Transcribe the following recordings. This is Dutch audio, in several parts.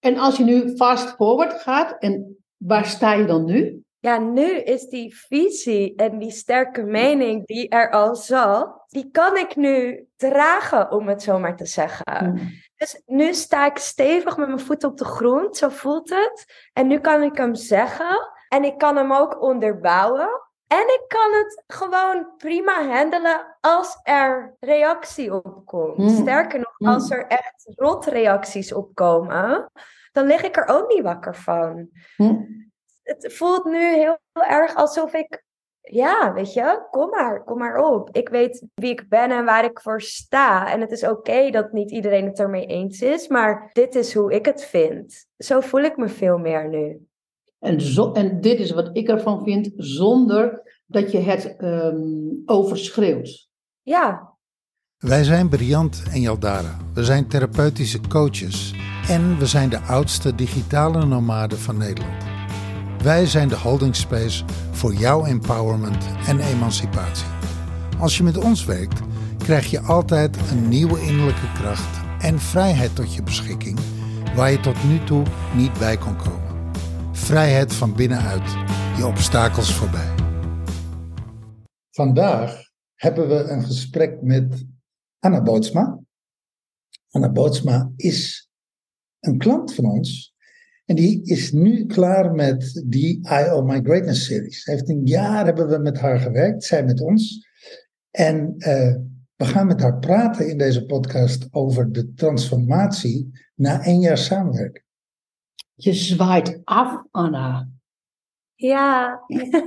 En als je nu fast forward gaat, en waar sta je dan nu? Ja, nu is die visie en die sterke mening die er al zat, die kan ik nu dragen, om het zo maar te zeggen. Dus nu sta ik stevig met mijn voeten op de grond, zo voelt het. En nu kan ik hem zeggen en ik kan hem ook onderbouwen. En ik kan het gewoon prima handelen als er reactie op komt. Sterker nog, als er echt rotreacties op komen, dan lig ik er ook niet wakker van. Het voelt nu heel erg alsof ik, ja, weet je, kom maar op. Ik weet wie ik ben en waar ik voor sta. En het is oké dat niet iedereen het ermee eens is, maar dit is hoe ik het vind. Zo voel ik me veel meer nu. En dit is wat ik ervan vind, zonder dat je het overschreeuwt. Ja. Wij zijn Briant en Jaldara. We zijn therapeutische coaches. En we zijn de oudste digitale nomaden van Nederland. Wij zijn de holding space voor jouw empowerment en emancipatie. Als je met ons werkt, krijg je altijd een nieuwe innerlijke kracht en vrijheid tot je beschikking, waar je tot nu toe niet bij kon komen. Vrijheid van binnenuit, je obstakels voorbij. Vandaag hebben we een gesprek met Anna Bootsma. Anna Bootsma is een klant van ons. En die is nu klaar met die I Owe My Greatness series. Een jaar hebben we met haar gewerkt, zij met ons. En we gaan met haar praten in deze podcast over de transformatie na 1 jaar samenwerken. Je zwaait af, Anna. Ja.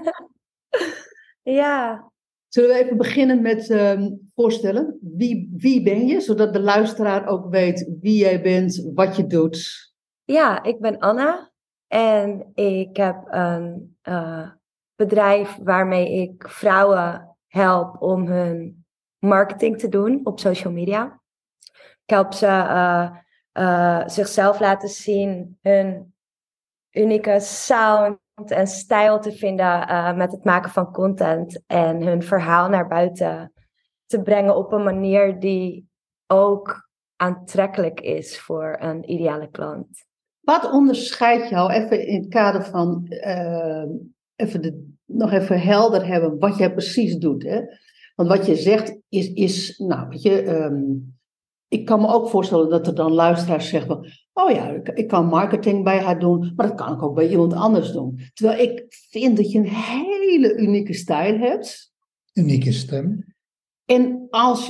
Ja. Zullen we even beginnen met voorstellen? Wie ben je, zodat de luisteraar ook weet wie jij bent, wat je doet? Ja, ik ben Anna en ik heb een bedrijf waarmee ik vrouwen help om hun marketing te doen op social media. Ik help ze zichzelf laten zien, hun unieke sound en stijl te vinden met het maken van content en hun verhaal naar buiten te brengen op een manier die ook aantrekkelijk is voor een ideale klant. Wat onderscheidt jou, even in het kader van nog even helder hebben wat jij precies doet? Hè? Want wat je zegt is nou, weet je, ik kan me ook voorstellen dat er dan luisteraars zeggen, oh ja, ik kan marketing bij haar doen, maar dat kan ik ook bij iemand anders doen. Terwijl ik vind dat je een hele unieke stijl hebt. Unieke stem. En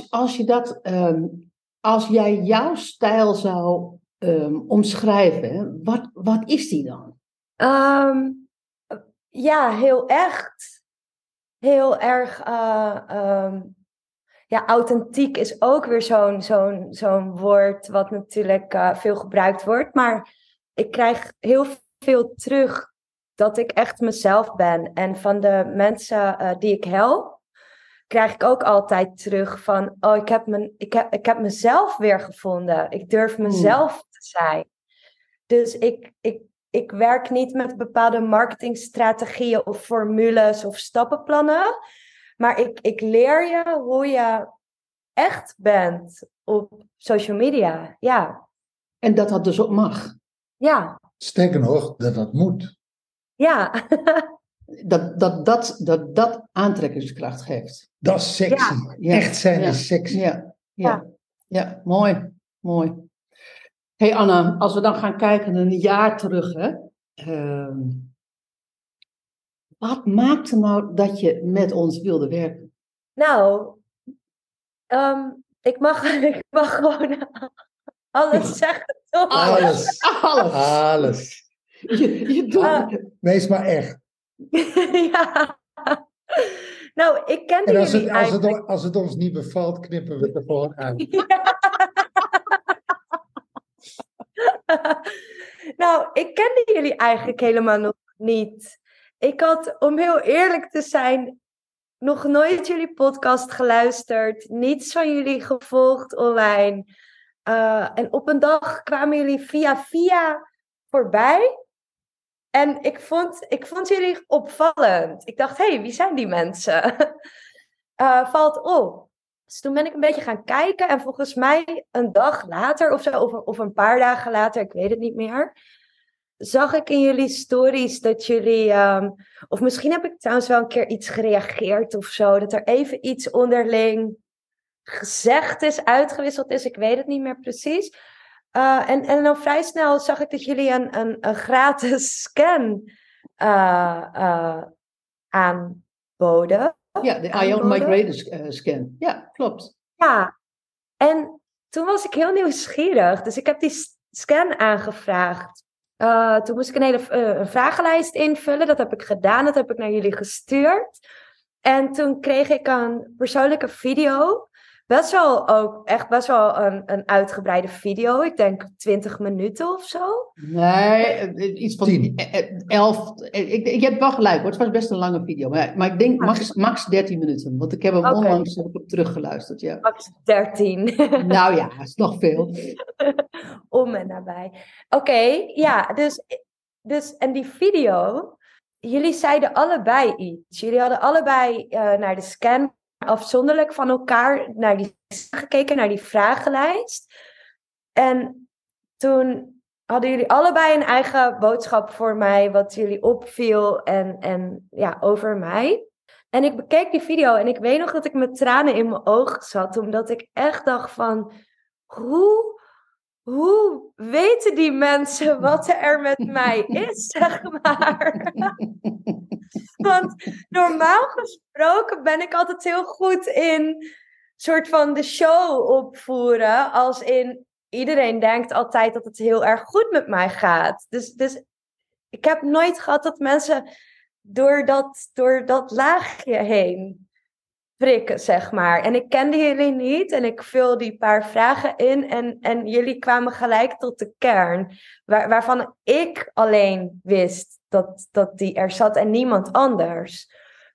als jij jouw stijl zou omschrijven, wat is die dan? Ja, heel echt. Heel erg. Ja, authentiek is ook weer zo'n woord wat natuurlijk veel gebruikt wordt. Maar ik krijg heel veel terug dat ik echt mezelf ben. En van de mensen die ik help, krijg ik ook altijd terug van, oh, ik heb mezelf weer gevonden. Ik durf mezelf te zijn. Dus ik werk niet met bepaalde marketingstrategieën of formules of stappenplannen. Maar ik leer je hoe je echt bent op social media. Ja. En dat dus ook mag. Ja. Sterker nog, dat moet. Ja. Dat aantrekkingskracht geeft. Dat is sexy. Ja. Echt zijn is sexy. Ja, mooi. Hey Anna, als we dan gaan kijken een jaar terug, hè? Wat maakte nou dat je met ons wilde werken? Nou, ik mag gewoon alles zeggen, toch? Alles. Je doet Wees maar echt. Ja. Nou, ik ken jullie eigenlijk. Als het ons niet bevalt, knippen we het er gewoon uit. Nou, ik kende jullie eigenlijk helemaal nog niet. Ik had, om heel eerlijk te zijn, nog nooit jullie podcast geluisterd. Niets van jullie gevolgd online. En op een dag kwamen jullie via voorbij. En ik vond jullie opvallend. Ik dacht, hé, wie zijn die mensen? Valt op. Dus toen ben ik een beetje gaan kijken. En volgens mij een dag later of zo, of een paar dagen later, ik weet het niet meer, zag ik in jullie stories dat jullie... of misschien heb ik trouwens wel een keer iets gereageerd of zo. Dat er even iets onderling gezegd is, uitgewisseld is. Ik weet het niet meer precies. En dan vrij snel zag ik dat jullie een gratis scan aanboden. Ja, de Ion Migrator scan. Ja, klopt. Ja, en toen was ik heel nieuwsgierig. Dus ik heb die scan aangevraagd. Toen moest ik een hele vragenlijst invullen. Dat heb ik gedaan. Dat heb ik naar jullie gestuurd. En toen kreeg ik een persoonlijke video. Best wel een uitgebreide video. Ik denk 20 minuten of zo. Nee, iets van 11. Ik heb wel gelijk hoor. Het was best een lange video. Maar ik denk max 13 minuten. Want ik heb hem onlangs op teruggeluisterd. Ja. Max 13. Nou ja, dat is nog veel. Om en nabij. Oké, ja. Dus, en die video... Jullie zeiden allebei iets. Jullie hadden allebei naar de scan afzonderlijk van elkaar naar die gekeken, naar die vragenlijst. En toen hadden jullie allebei een eigen boodschap voor mij, wat jullie opviel en ja, over mij. En ik bekeek die video en ik weet nog dat ik met tranen in mijn ogen zat, omdat ik echt dacht van, hoe weten die mensen wat er met mij is, zeg maar? Want normaal gesproken ben ik altijd heel goed in soort van de show opvoeren. Als in, iedereen denkt altijd dat het heel erg goed met mij gaat. Dus ik heb nooit gehad dat mensen door dat laagje heen prikken, zeg maar. En ik kende jullie niet en ik vul die paar vragen in en jullie kwamen gelijk tot de kern. Waarvan ik alleen wist dat die er zat en niemand anders.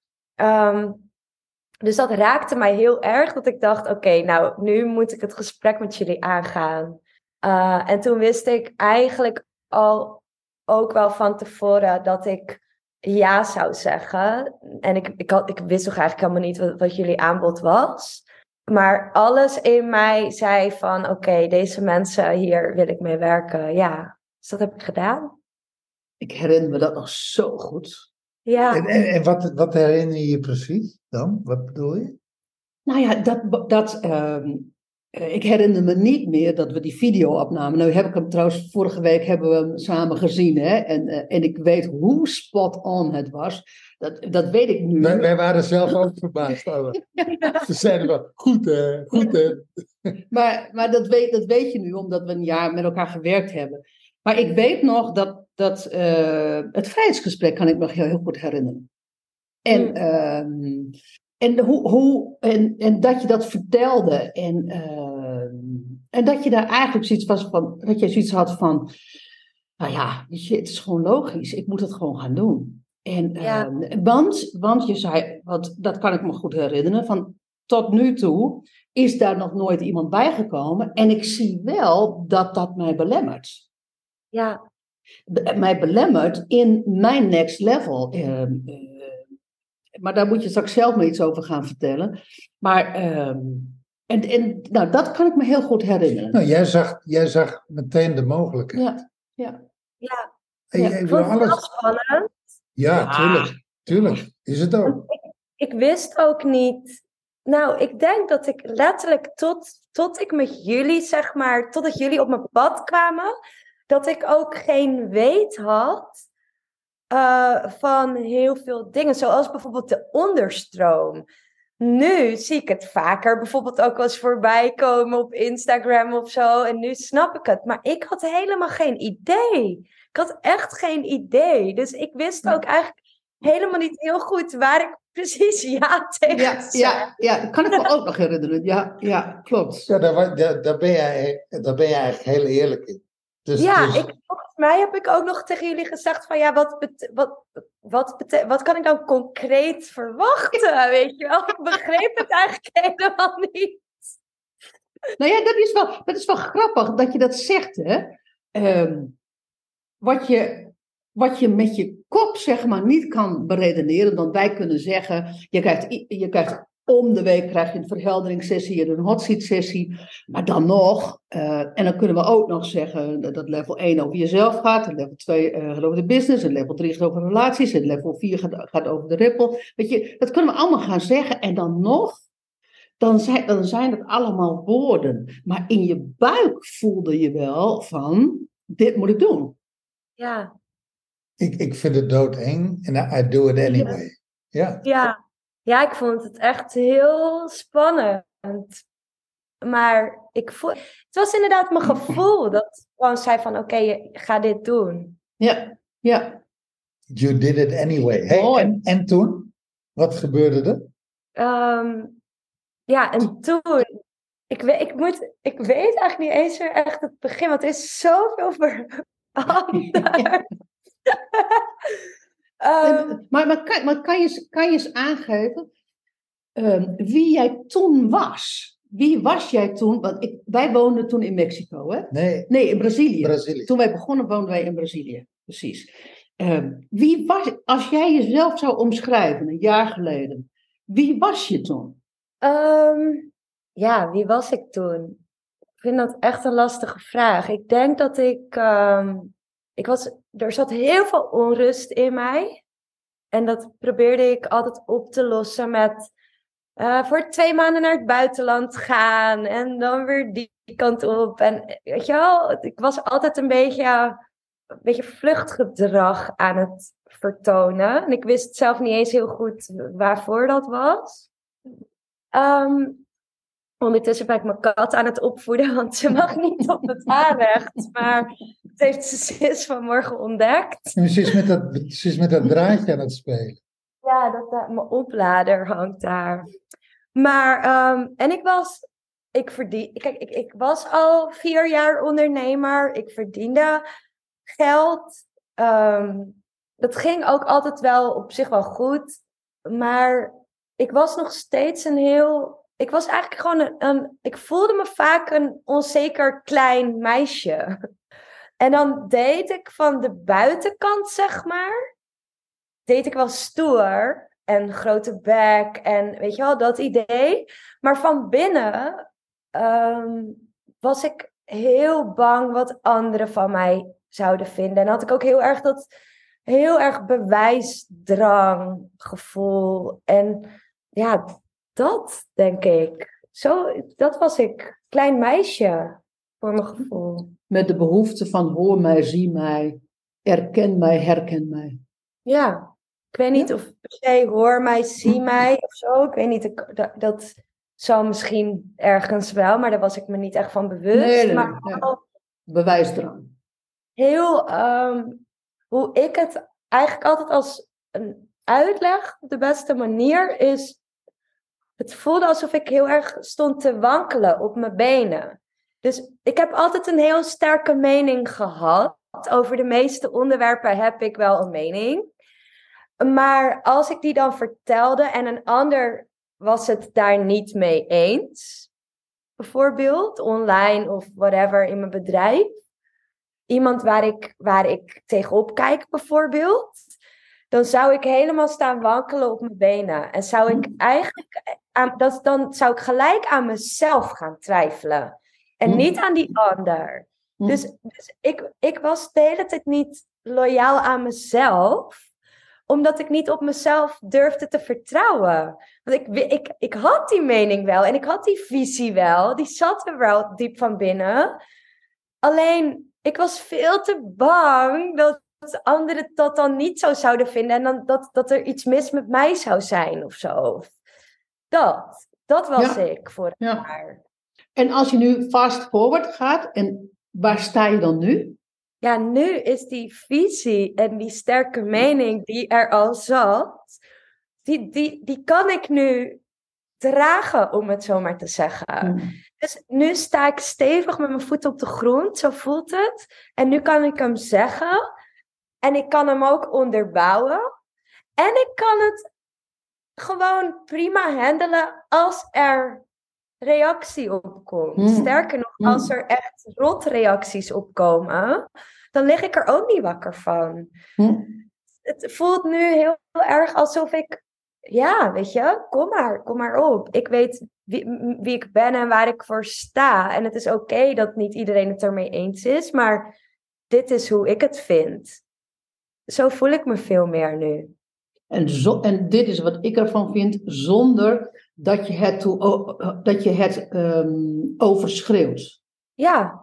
Dus dat raakte mij heel erg, dat ik dacht, oké, nou, nu moet ik het gesprek met jullie aangaan. En toen wist ik eigenlijk al ook wel van tevoren dat ik ja zou zeggen. En ik wist toch eigenlijk helemaal niet wat jullie aanbod was. Maar alles in mij zei van, oké, deze mensen, hier wil ik mee werken. Ja, dus dat heb ik gedaan. Ik herinner me dat nog zo goed. Ja. En wat herinner je je precies dan? Wat bedoel je? Nou ja, ik herinner me niet meer dat we die video opnamen. Nou heb ik hem trouwens, vorige week hebben we hem samen gezien. Hè? En ik weet hoe spot on het was. Dat weet ik nu. Wij waren zelf ook verbaasd over. Ze zeiden wel, goed hè. Maar dat weet je nu, omdat we een jaar met elkaar gewerkt hebben. Maar ik weet nog dat het vrijheidsgesprek kan ik me heel goed herinneren. En En dat je dat vertelde. En dat je daar eigenlijk zoiets was van. Dat je zoiets had van. Nou ja, weet je, het is gewoon logisch. Ik moet het gewoon gaan doen. En, want je zei, dat kan ik me goed herinneren. Van tot nu toe is daar nog nooit iemand bijgekomen. En ik zie wel dat mij belemmert. Ja. Mij belemmert in mijn next level. Maar daar moet je straks zelf me iets over gaan vertellen. Maar nou, dat kan ik me heel goed herinneren. Nou, jij zag meteen de mogelijkheid. Ja. Ik vond het wel spannend. Ja, tuurlijk. Is het ook. Ik wist ook niet. Nou, ik denk dat ik letterlijk tot ik met jullie, zeg maar, totdat jullie op mijn pad kwamen, dat ik ook geen weet had van heel veel dingen. Zoals bijvoorbeeld de onderstroom. Nu zie ik het vaker bijvoorbeeld ook wel eens voorbij komen op Instagram of zo. En nu snap ik het. Maar ik had helemaal geen idee. Ik had echt geen idee. Dus ik wist ook eigenlijk helemaal niet heel goed waar ik precies ja tegen zei. Ja, dat kan ik me ook nog herinneren. Ja, klopt. Ja, daar ben je eigenlijk heel eerlijk in. Dus, volgens mij heb ik ook nog tegen jullie gezegd van ja, wat kan ik dan concreet verwachten, weet je wel? Ik begreep het eigenlijk helemaal niet. Nou ja, dat is wel grappig dat je dat zegt, hè. Wat je met je kop, zeg maar, niet kan beredeneren, want wij kunnen zeggen, je krijgt Om de week krijg je een verhelderingssessie en een hot seat sessie. Maar dan nog, en dan kunnen we ook nog zeggen dat level 1 over jezelf gaat. En level 2 gaat over de business. En level 3 gaat over relaties. En level 4 gaat over de ripple. Weet je, dat kunnen we allemaal gaan zeggen. En dan nog, dan zijn het allemaal woorden. Maar in je buik voelde je wel van, dit moet ik doen. Ja. Ik vind het doodeng en I do it anyway. Ja, ik vond het echt heel spannend. Maar het was inderdaad mijn gevoel dat gewoon zei van oké, ga dit doen. Ja. You did it anyway. Hey, en toen? Wat gebeurde er? En toen... Ik weet eigenlijk niet eens meer echt het begin, want er is zoveel veranderd. Maar kan je eens aangeven wie jij toen was? Wie was jij toen? Want wij woonden toen in Mexico, hè? Nee, in Brazilië. Toen wij begonnen woonden wij in Brazilië, precies. Wie was, als jij jezelf zou omschrijven, een jaar geleden, wie was je toen? Wie was ik toen? Ik vind dat echt een lastige vraag. Ik denk dat er zat heel veel onrust in mij. En dat probeerde ik altijd op te lossen met voor 2 maanden naar het buitenland gaan. En dan weer die kant op. En weet je wel, ik was altijd een beetje vluchtgedrag aan het vertonen. En ik wist zelf niet eens heel goed waarvoor dat was. Ondertussen ben ik mijn kat aan het opvoeden, want ze mag niet op het aanrecht. Maar ze is vanmorgen ontdekt. En ze is met dat draadje aan het spelen. Ja, mijn oplader hangt daar. Maar, ik was al 4 jaar ondernemer. Ik verdiende geld. Dat ging ook altijd wel op zich wel goed. Maar ik was nog steeds ik was eigenlijk gewoon ik voelde me vaak een onzeker klein meisje. En dan deed ik van de buitenkant, zeg maar, deed ik wel stoer en grote bek en weet je wel, dat idee. Maar van binnen was ik heel bang wat anderen van mij zouden vinden. En had ik ook heel erg bewijsdrang gevoel. En ja, dat denk ik. Dat was ik. Klein meisje, voor mijn gevoel. Met de behoefte van hoor mij, zie mij, erken mij, herken mij. Ja, ik weet niet of per se hoor mij, zie mij of zo. Ik weet niet, dat zal misschien ergens wel, maar daar was ik me niet echt van bewust. Nee. Maar bewijsdrang. Heel, hoe ik het eigenlijk altijd als een uitleg, de beste manier is, het voelde alsof ik heel erg stond te wankelen op mijn benen. Dus ik heb altijd een heel sterke mening gehad. Over de meeste onderwerpen heb ik wel een mening. Maar als ik die dan vertelde en een ander was het daar niet mee eens, bijvoorbeeld online of whatever in mijn bedrijf, iemand waar ik tegenop kijk bijvoorbeeld, dan zou ik helemaal staan wankelen op mijn benen. En zou ik eigenlijk, dan zou ik gelijk aan mezelf gaan twijfelen. En niet aan die ander. Dus ik was de hele tijd niet loyaal aan mezelf, omdat ik niet op mezelf durfde te vertrouwen. Want ik had die mening wel en ik had die visie wel. Die zat er wel diep van binnen. Alleen, ik was veel te bang dat anderen dat dan niet zo zouden vinden. En dan dat er iets mis met mij zou zijn of zo. Dat was ik vorig jaar. En als je nu fast forward gaat, en waar sta je dan nu? Ja, nu is die visie en die sterke mening die er al zat, die kan ik nu dragen, om het zo maar te zeggen. Dus nu sta ik stevig met mijn voeten op de grond, zo voelt het. En nu kan ik hem zeggen. En ik kan hem ook onderbouwen. En ik kan het gewoon prima handelen als er reactie op komt. Sterker nog, als er echt rotreacties op komen, dan lig ik er ook niet wakker van. Het voelt nu heel erg alsof ik ja, weet je, kom maar op. Ik weet wie ik ben en waar ik voor sta. En het is oké dat niet iedereen het ermee eens is, maar dit is hoe ik het vind. Zo voel ik me veel meer nu. En dit is wat ik ervan vind, zonder dat je het overschreeuwt. Ja,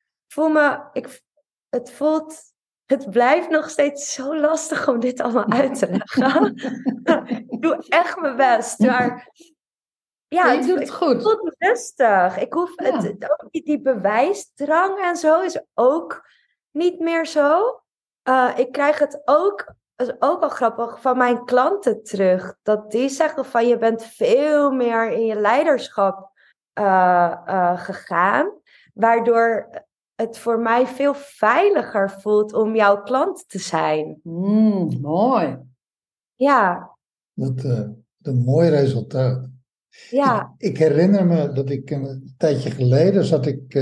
het blijft nog steeds zo lastig om dit allemaal uit te leggen. Ik doe echt mijn best, maar ja, je doet het goed. Ik voel het rustig. Ik hoef ook die bewijsdrang en zo is ook niet meer zo. Ik krijg het ook, dat is ook wel grappig, van mijn klanten terug. Dat die zeggen van je bent veel meer in je leiderschap gegaan. Waardoor het voor mij veel veiliger voelt om jouw klant te zijn. Mooi. Ja. Wat een mooi resultaat. Ja. Ik herinner me dat ik een tijdje geleden zat ik...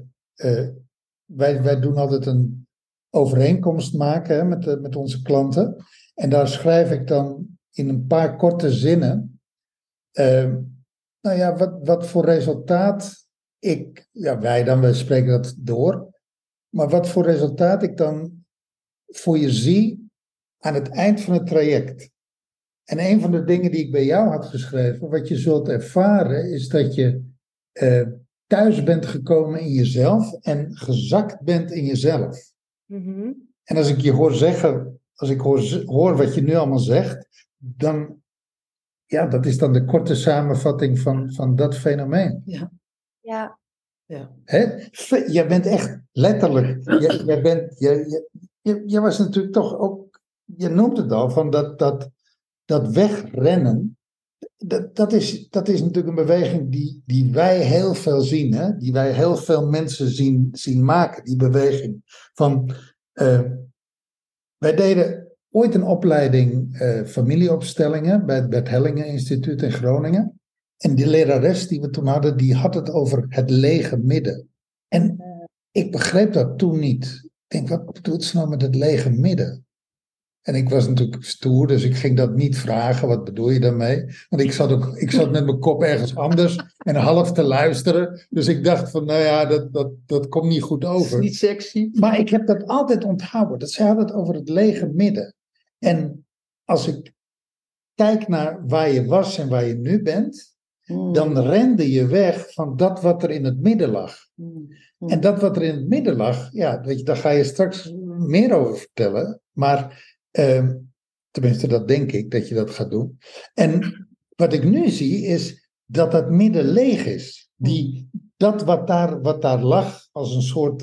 Wij doen altijd een overeenkomst maken, hè, met onze klanten. En daar schrijf ik dan in een paar korte zinnen... wat voor resultaat wij spreken dat door. Maar wat voor resultaat ik dan voor je zie aan het eind van het traject. En een van de dingen die ik bij jou had geschreven, wat je zult ervaren, is dat je thuis bent gekomen in jezelf en gezakt bent in jezelf. Mm-hmm. En als ik je hoor zeggen, als ik hoor wat je nu allemaal zegt, dan, ja, dat is dan de korte samenvatting van dat fenomeen. Ja. Ja. Ja. Jij bent echt letterlijk, jij was natuurlijk toch ook, je noemt het al, van dat wegrennen, dat is natuurlijk een beweging die wij heel veel zien, hè? Die wij heel veel mensen zien maken, die beweging. Wij deden ooit een opleiding familieopstellingen bij het Bert Hellinger Instituut in Groningen. En die lerares die we toen hadden, die had het over het lege midden. En ik begreep dat toen niet. Ik denk, wat bedoelt ze nou met het lege midden? En ik was natuurlijk stoer, dus ik ging dat niet vragen. Wat bedoel je daarmee? Want ik zat met mijn kop ergens anders en half te luisteren. Dus ik dacht van, nou ja, dat komt niet goed over. Dat is niet sexy. Maar ik heb dat altijd onthouden. Dat zij had het over het lege midden. En als ik kijk naar waar je was en waar je nu bent, dan rende je weg van dat wat er in het midden lag. En dat wat er in het midden lag, ja, weet je, daar ga je straks meer over vertellen. Maar tenminste, dat denk ik, dat je dat gaat doen. En wat ik nu zie, is dat dat midden leeg is. Dat wat daar lag, als een soort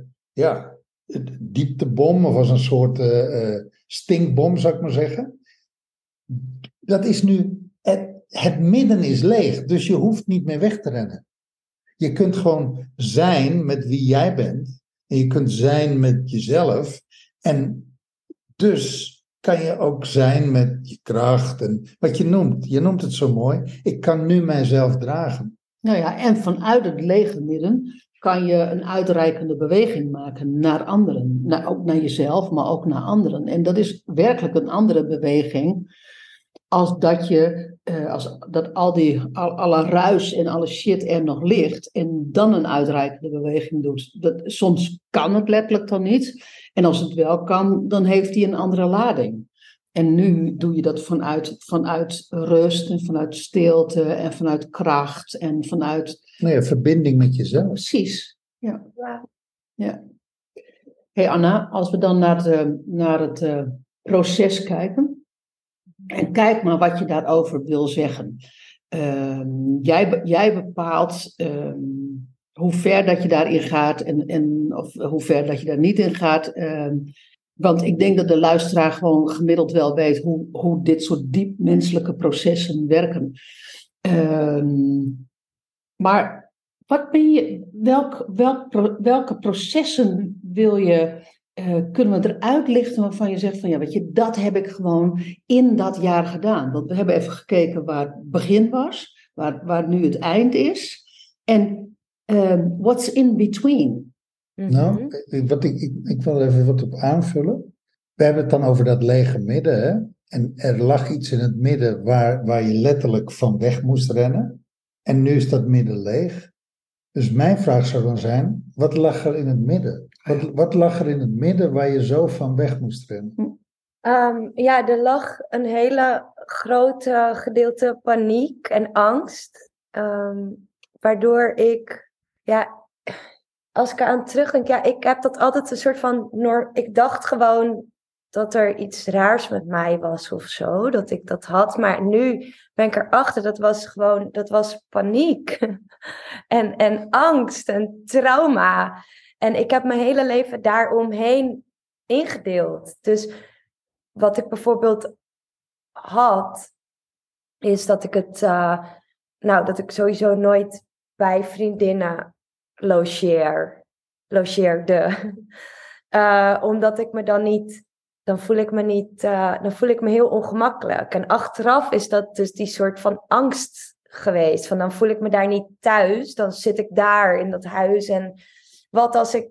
dieptebom, of als een soort stinkbom, zou ik maar zeggen. Dat is nu, het midden is leeg, dus je hoeft niet meer weg te rennen. Je kunt gewoon zijn met wie jij bent. En je kunt zijn met jezelf. En dus kan je ook zijn met je kracht en wat je noemt. Je noemt het zo mooi. Ik kan nu mijzelf dragen. Nou ja, en vanuit het lege midden kan je een uitreikende beweging maken naar anderen. Ook naar jezelf, maar ook naar anderen. En dat is werkelijk een andere beweging als dat alle ruis en alle shit er nog ligt en dan een uitreikende beweging doet. Soms kan het letterlijk dan niet. En als het wel kan, dan heeft hij een andere lading. En nu doe je dat vanuit rust en vanuit stilte en vanuit kracht en vanuit... verbinding met jezelf. Precies, ja. Hey Anna, als we dan naar het proces kijken. En kijk maar wat je daarover wil zeggen. Jij bepaalt hoe ver dat je daarin gaat of hoe ver dat je daar niet in gaat. Want ik denk dat de luisteraar gewoon gemiddeld wel weet hoe dit soort diep menselijke processen werken. Maar welke processen wil je... kunnen we eruit lichten waarvan je zegt van ja, weet je, dat heb ik gewoon in dat jaar gedaan. Want we hebben even gekeken waar het begin was, waar nu het eind is. En what's in between? Nou, ik wil even wat op aanvullen. We hebben het dan over dat lege midden, hè? En er lag iets in het midden waar je letterlijk van weg moest rennen. En nu is dat midden leeg. Dus mijn vraag zou dan zijn, wat lag er in het midden? Wat lag er in het midden waar je zo van weg moest rennen? Er lag een hele grote gedeelte paniek en angst. Waardoor ik, als ik eraan terugdenk, ik heb dat altijd een soort van... Ik dacht gewoon dat er iets raars met mij was of zo, dat ik dat had. Maar nu ben ik erachter, dat was paniek. en angst en trauma. En ik heb mijn hele leven daaromheen ingedeeld. Dus wat ik bijvoorbeeld had, is dat ik dat ik sowieso nooit bij vriendinnen logeerde. Omdat ik me dan voel ik me heel ongemakkelijk. En achteraf is dat dus die soort van angst geweest. Van dan voel ik me daar niet thuis. Dan zit ik daar in dat huis. En wat als ik...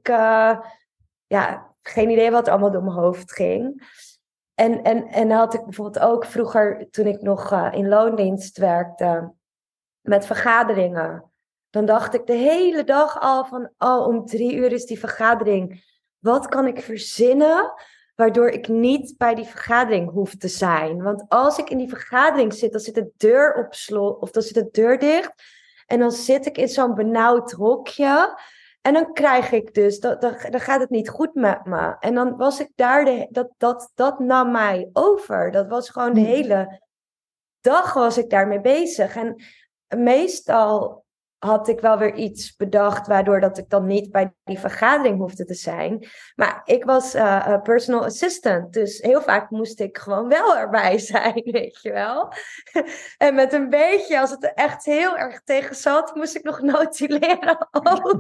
geen idee wat allemaal door mijn hoofd ging. En had ik bijvoorbeeld ook vroeger, toen ik nog in loondienst werkte, met vergaderingen. Dan dacht ik de hele dag al van, om 3 uur is die vergadering. Wat kan ik verzinnen waardoor ik niet bij die vergadering hoef te zijn? Want als ik in die vergadering zit, dan zit de deur op slot, of dan zit de deur dicht. En dan zit ik in zo'n benauwd hokje. En dan krijg ik dus, dan gaat het niet goed met me. En dan was ik daar, dat nam mij over. Dat was gewoon de hele dag was ik daarmee bezig. En meestal had ik wel weer iets bedacht, waardoor dat ik dan niet bij die vergadering hoefde te zijn. Maar ik was personal assistant, dus heel vaak moest ik gewoon wel erbij zijn, weet je wel. En met een beetje, als het er echt heel erg tegen zat, moest ik nog notuleren ook.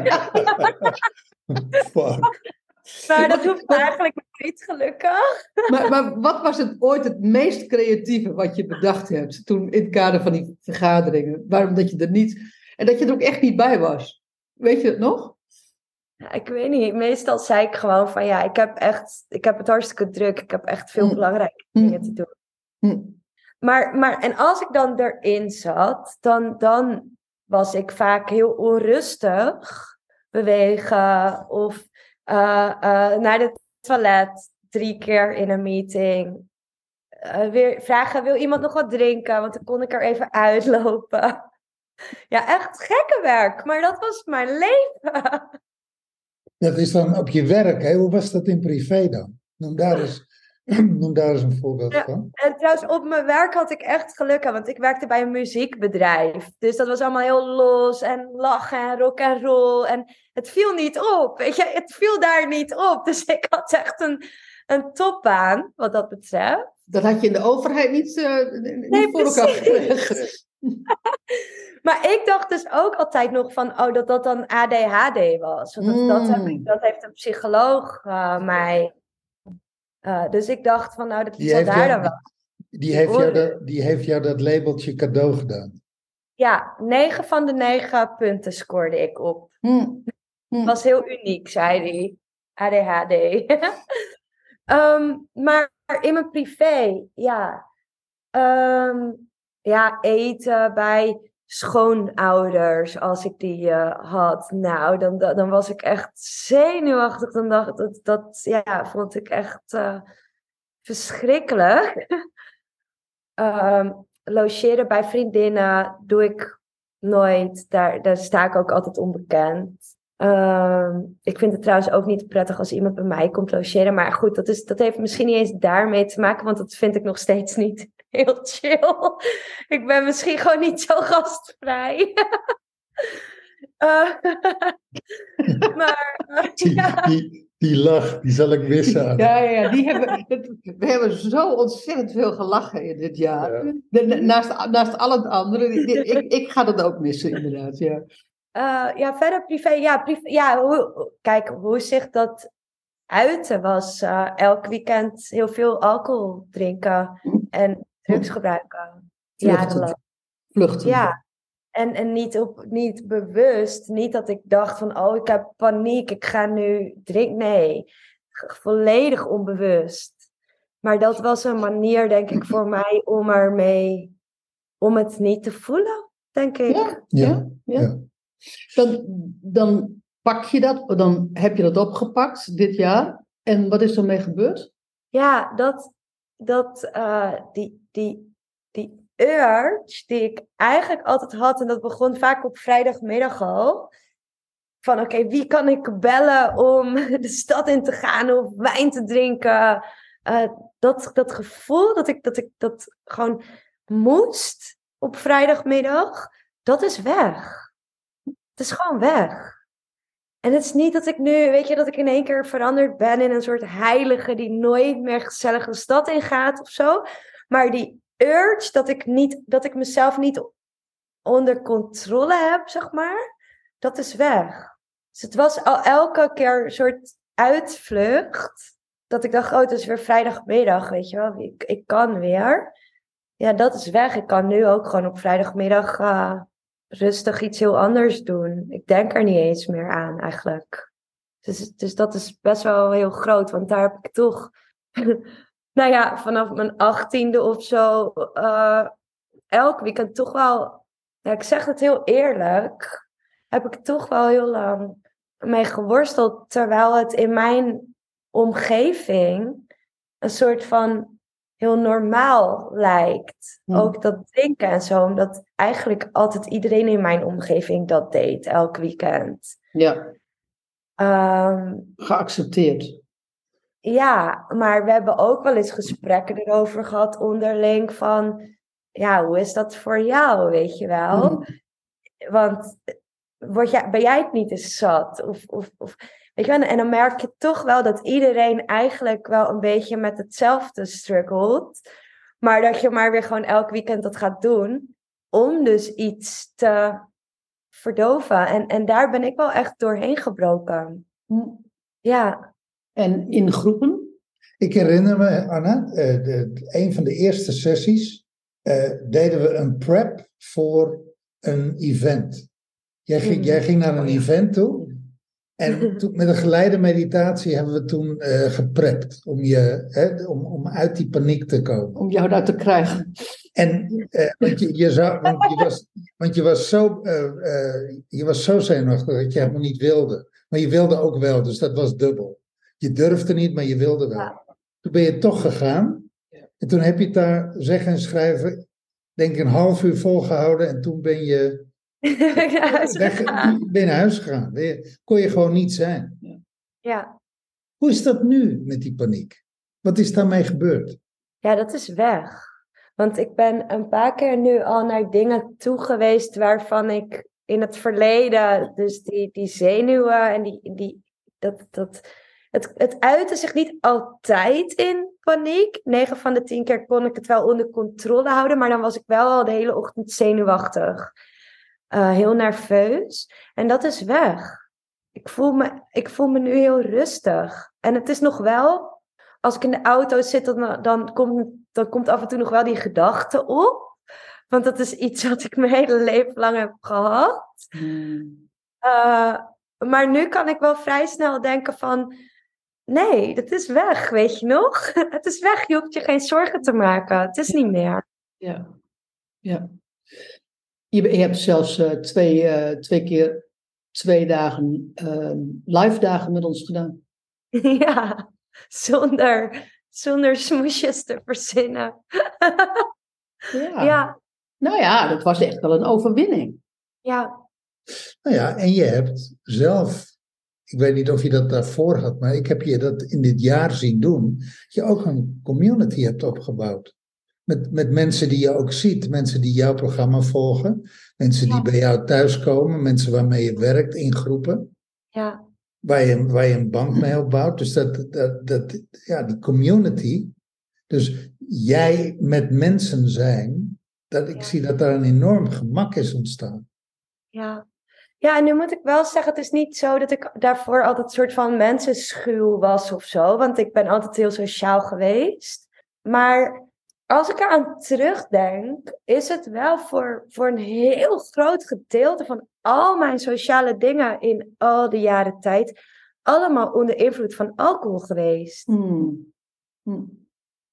Fuck. Maar dat hoeft eigenlijk niet, gelukkig. Maar wat was ooit het meest creatieve wat je bedacht hebt toen in het kader van die vergaderingen? Waarom dat je er niet... En dat je er ook echt niet bij was. Weet je het nog? Ja, ik weet niet. Meestal zei ik gewoon van ik heb het hartstikke druk. Ik heb echt veel belangrijke dingen te doen. Maar en als ik dan erin zat, dan was ik vaak heel onrustig. Bewegen of naar het toilet 3 keer in een meeting. Weer vragen, wil iemand nog wat drinken? Want dan kon ik er even uitlopen. Ja, echt gekke werk, maar dat was mijn leven. Dat is dan op je werk, hè? Hoe was dat in privé dan? Noem daar eens een voorbeeld van. En trouwens, op mijn werk had ik echt geluk, want ik werkte bij een muziekbedrijf. Dus dat was allemaal heel los en lachen en rock en roll. En het viel niet op, weet je. Het viel daar niet op. Dus ik had echt een topbaan, wat dat betreft. Dat had je in de overheid niet voor elkaar gekregen. Maar ik dacht dus ook altijd nog van, dat dan ADHD was. Want dat heeft een psycholoog mij... dus ik dacht van, dat zal daar dan wel. Die heeft jou dat labeltje cadeau gedaan. Ja, 9 van de 9 punten scoorde ik op. Was heel uniek, zei hij. ADHD. Maar in mijn privé, eten bij schoonouders, als ik die had. Nou, dan was ik echt zenuwachtig. Dan dacht ik, dat vond ik echt verschrikkelijk. Logeren bij vriendinnen doe ik nooit. Daar sta ik ook altijd onbekend. Ik vind het trouwens ook niet prettig als iemand bij mij komt logeren. Maar goed, dat heeft misschien niet eens daarmee te maken. Want dat vind ik nog steeds niet heel chill. Ik ben misschien gewoon niet zo gastvrij. Maar die lach, die zal ik missen. Ja, we hebben zo ontzettend veel gelachen in dit jaar. Ja. Naast al het andere. Ik ga dat ook missen, inderdaad. Ja. Verder privé. Hoe zich dat uitte was elk weekend heel veel alcohol drinken en drugs gebruiken. Vluchten. Ja. En niet bewust. Niet dat ik dacht van, ik heb paniek, ik ga nu drinken. Nee, volledig onbewust. Maar dat was een manier, denk ik, voor mij om het niet te voelen, denk ik. Ja. Dan pak je dat, dan heb je dat opgepakt dit jaar. En wat is ermee gebeurd? Ja, die urge die ik eigenlijk altijd had, en dat begon vaak op vrijdagmiddag al, van oké, wie kan ik bellen om de stad in te gaan of wijn te drinken? Dat gevoel dat ik dat gewoon moest op vrijdagmiddag, dat is weg. Het is gewoon weg. En het is niet dat ik nu, weet je, dat ik in één keer veranderd ben in een soort heilige die nooit meer gezellig de stad ingaat of zo. Maar die urge dat ik mezelf niet onder controle heb, zeg maar, dat is weg. Dus het was al elke keer een soort uitvlucht. Dat ik dacht, het is weer vrijdagmiddag, weet je wel. Ik kan weer. Ja, dat is weg. Ik kan nu ook gewoon op vrijdagmiddag rustig iets heel anders doen. Ik denk er niet eens meer aan, eigenlijk. Dus dat is best wel heel groot. Want daar heb ik toch, nou ja, vanaf mijn 18e of zo, elk weekend toch wel, ja, ik zeg het heel eerlijk, heb ik toch wel heel lang mee geworsteld. Terwijl het in mijn omgeving een soort van heel normaal lijkt. Ook dat drinken en zo. Omdat eigenlijk altijd iedereen in mijn omgeving dat deed. Elk weekend. Ja. Geaccepteerd. Ja, maar we hebben ook wel eens gesprekken erover gehad onderling. Van, ja, hoe is dat voor jou, weet je wel? Want ben jij het niet eens zat? Of weet je wel? En dan merk je toch wel dat iedereen eigenlijk wel een beetje met hetzelfde struggelt. Maar dat je maar weer gewoon elk weekend dat gaat doen. Om dus iets te verdoven. En daar ben ik wel echt doorheen gebroken. Ja. En in groepen? Ik herinner me, Anna, een van de eerste sessies deden we een prep voor een event. Jij ging naar een event toe. En met een geleide meditatie hebben we toen geprept om uit die paniek te komen. Om jou daar te krijgen. En want je was zo zenuwachtig dat je helemaal niet wilde. Maar je wilde ook wel, dus dat was dubbel. Je durfde niet, maar je wilde wel. Ja. Toen ben je toch gegaan. En toen heb je het daar zeggen en schrijven, denk ik, een half uur volgehouden. En toen ben je ben naar huis gegaan. Kon je gewoon niet zijn. Ja. Hoe is dat nu met die paniek? Wat is daarmee gebeurd? Ja, dat is weg. Want ik ben een paar keer nu al naar dingen toe geweest waarvan ik in het verleden, dus die zenuwen en het uitte zich niet altijd in paniek. 9 van de 10 keer kon ik het wel onder controle houden, maar dan was ik wel al de hele ochtend zenuwachtig. Heel nerveus. En dat is weg. Ik voel me nu heel rustig. En het is nog wel, als ik in de auto zit, dan komt af en toe nog wel die gedachte op. Want dat is iets wat ik mijn hele leven lang heb gehad. Maar nu kan ik wel vrij snel denken van, nee, dat is weg, weet je nog? Het is weg, je hoeft je geen zorgen te maken. Het is niet meer. Ja. Je hebt zelfs 2 keer 2 dagen live dagen met ons gedaan. Ja, zonder smoesjes te verzinnen. Ja. Nou ja, dat was echt wel een overwinning. Ja. Nou ja, en je hebt zelf, ik weet niet of je dat daarvoor had, maar ik heb je dat in dit jaar zien doen, dat je ook een community hebt opgebouwd. Met mensen die je ook ziet, mensen die jouw programma volgen, mensen die bij jou thuiskomen, mensen waarmee je werkt in groepen, waar je een band mee opbouwt. Dus die community, dus jij met mensen zijn, ik zie dat daar een enorm gemak is ontstaan. Ja, en nu moet ik wel zeggen, het is niet zo dat ik daarvoor altijd een soort van mensenschuw was of zo, want ik ben altijd heel sociaal geweest. Maar als ik eraan terugdenk, is het wel voor een heel groot gedeelte van al mijn sociale dingen in al die jaren tijd allemaal onder invloed van alcohol geweest.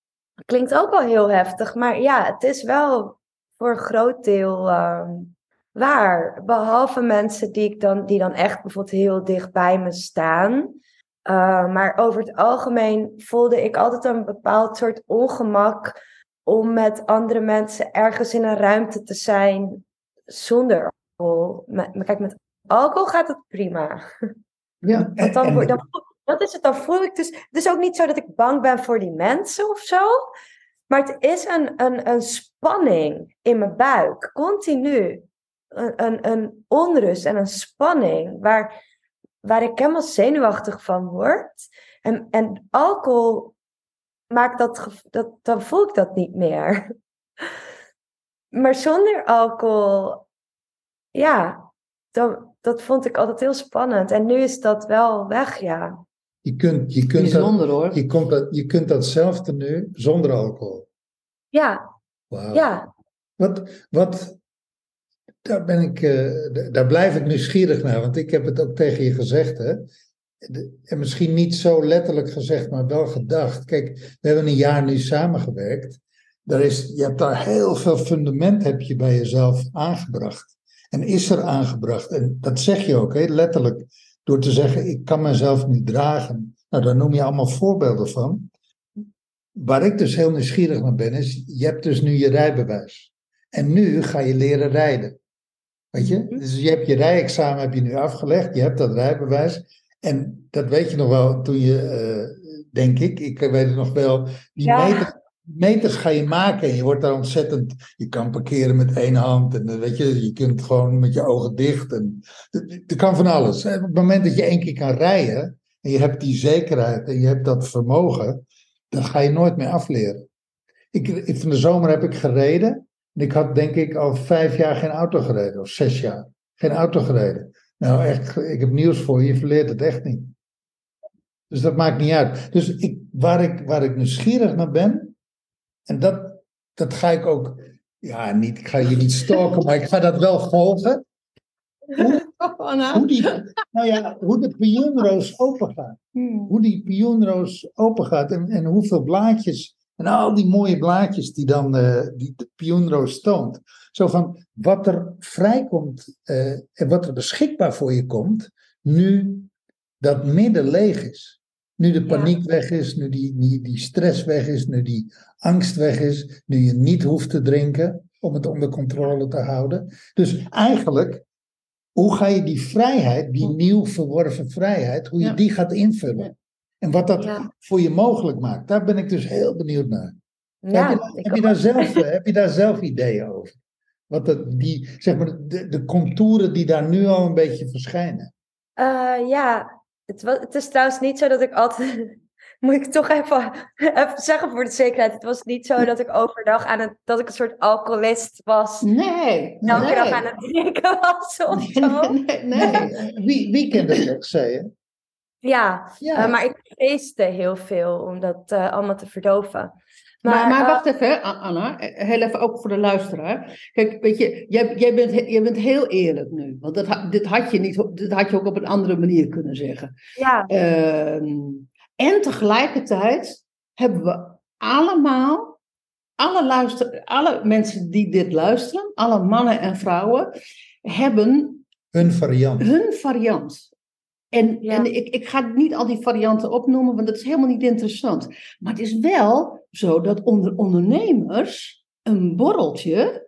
Klinkt ook wel heel heftig, maar ja, het is wel voor een groot deel waar. Behalve mensen die dan echt bijvoorbeeld heel dicht bij me staan. Maar over het algemeen voelde ik altijd een bepaald soort ongemak om met andere mensen ergens in een ruimte te zijn zonder alcohol. Kijk, met alcohol gaat het prima. Ja. Want dat is het, dan voel ik dus... Het is ook niet zo dat ik bang ben voor die mensen of zo. Maar het is een spanning in mijn buik. Continu. Een onrust en een spanning. Waar ik helemaal zenuwachtig van word. En alcohol maakt dan voel ik dat niet meer. Maar zonder alcohol... Ja, dat vond ik altijd heel spannend. En nu is dat wel weg, ja. Je kunt Bijzonder hoor. Je kunt datzelfde nu zonder alcohol. Ja. Wauw. Ja. Wat, daar blijf ik nieuwsgierig naar, want ik heb het ook tegen je gezegd, hè. En misschien niet zo letterlijk gezegd, maar wel gedacht. Kijk, we hebben een jaar nu samengewerkt. Je hebt daar heel veel fundament heb je bij jezelf aangebracht. En is er aangebracht. En dat zeg je ook, hè, letterlijk. Door te zeggen, ik kan mezelf nu dragen. Nou, daar noem je allemaal voorbeelden van. Waar ik dus heel nieuwsgierig naar ben, is, je hebt dus nu je rijbewijs. En nu ga je leren rijden. Weet je? Dus je hebt je rijexamen heb je nu afgelegd. Je hebt dat rijbewijs. En dat weet je nog wel toen je, denk ik weet het nog wel, die meters ga je maken en je wordt daar ontzettend, je kan parkeren met één hand en weet je kunt gewoon met je ogen dicht en er kan van alles. En op het moment dat je 1 keer kan rijden en je hebt die zekerheid en je hebt dat vermogen, dan ga je nooit meer afleren. Van de zomer heb ik gereden en ik had denk ik al 5 jaar geen auto gereden of 6 jaar geen auto gereden. Nou echt, ik heb nieuws voor je, je verleert het echt niet. Dus dat maakt niet uit. Dus waar ik nieuwsgierig naar ben, en dat ga ik ook, ik ga je niet stalken, maar ik ga dat wel volgen. Hoe de pioenroos open gaat. Hoe die pioenroos open gaat en hoeveel blaadjes, en al die mooie blaadjes die dan die de pioenroos toont. Zo van wat er vrijkomt en wat er beschikbaar voor je komt, nu dat midden leeg is. Nu de paniek weg is, nu die stress weg is, nu die angst weg is, nu je niet hoeft te drinken om het onder controle te houden. Dus eigenlijk, hoe ga je die vrijheid, die nieuw verworven vrijheid, hoe je die gaat invullen? Ja. En wat dat voor je mogelijk maakt, daar ben ik dus heel benieuwd naar. Ja, heb je daar zelf ideeën over? Wat de contouren die daar nu al een beetje verschijnen. Het is trouwens niet zo dat ik altijd... Moet ik toch even zeggen voor de zekerheid. Het was niet zo dat ik overdag dat ik een soort alcoholist was. Nee. Elke dag aan het drinken was of zo. Nee. Wie kent dat ook, zei je? Ja. Maar ik feestte heel veel om dat allemaal te verdoven. Maar wacht even, Anna. Heel even ook voor de luisteraar. Kijk, weet je, jij bent heel eerlijk nu. Want dit had je ook op een andere manier kunnen zeggen. Ja. En tegelijkertijd hebben we allemaal, alle mensen die dit luisteren, alle mannen en vrouwen, hebben hun variant. En ik ga niet al die varianten opnoemen, want dat is helemaal niet interessant. Maar het is wel zo dat onder ondernemers een borreltje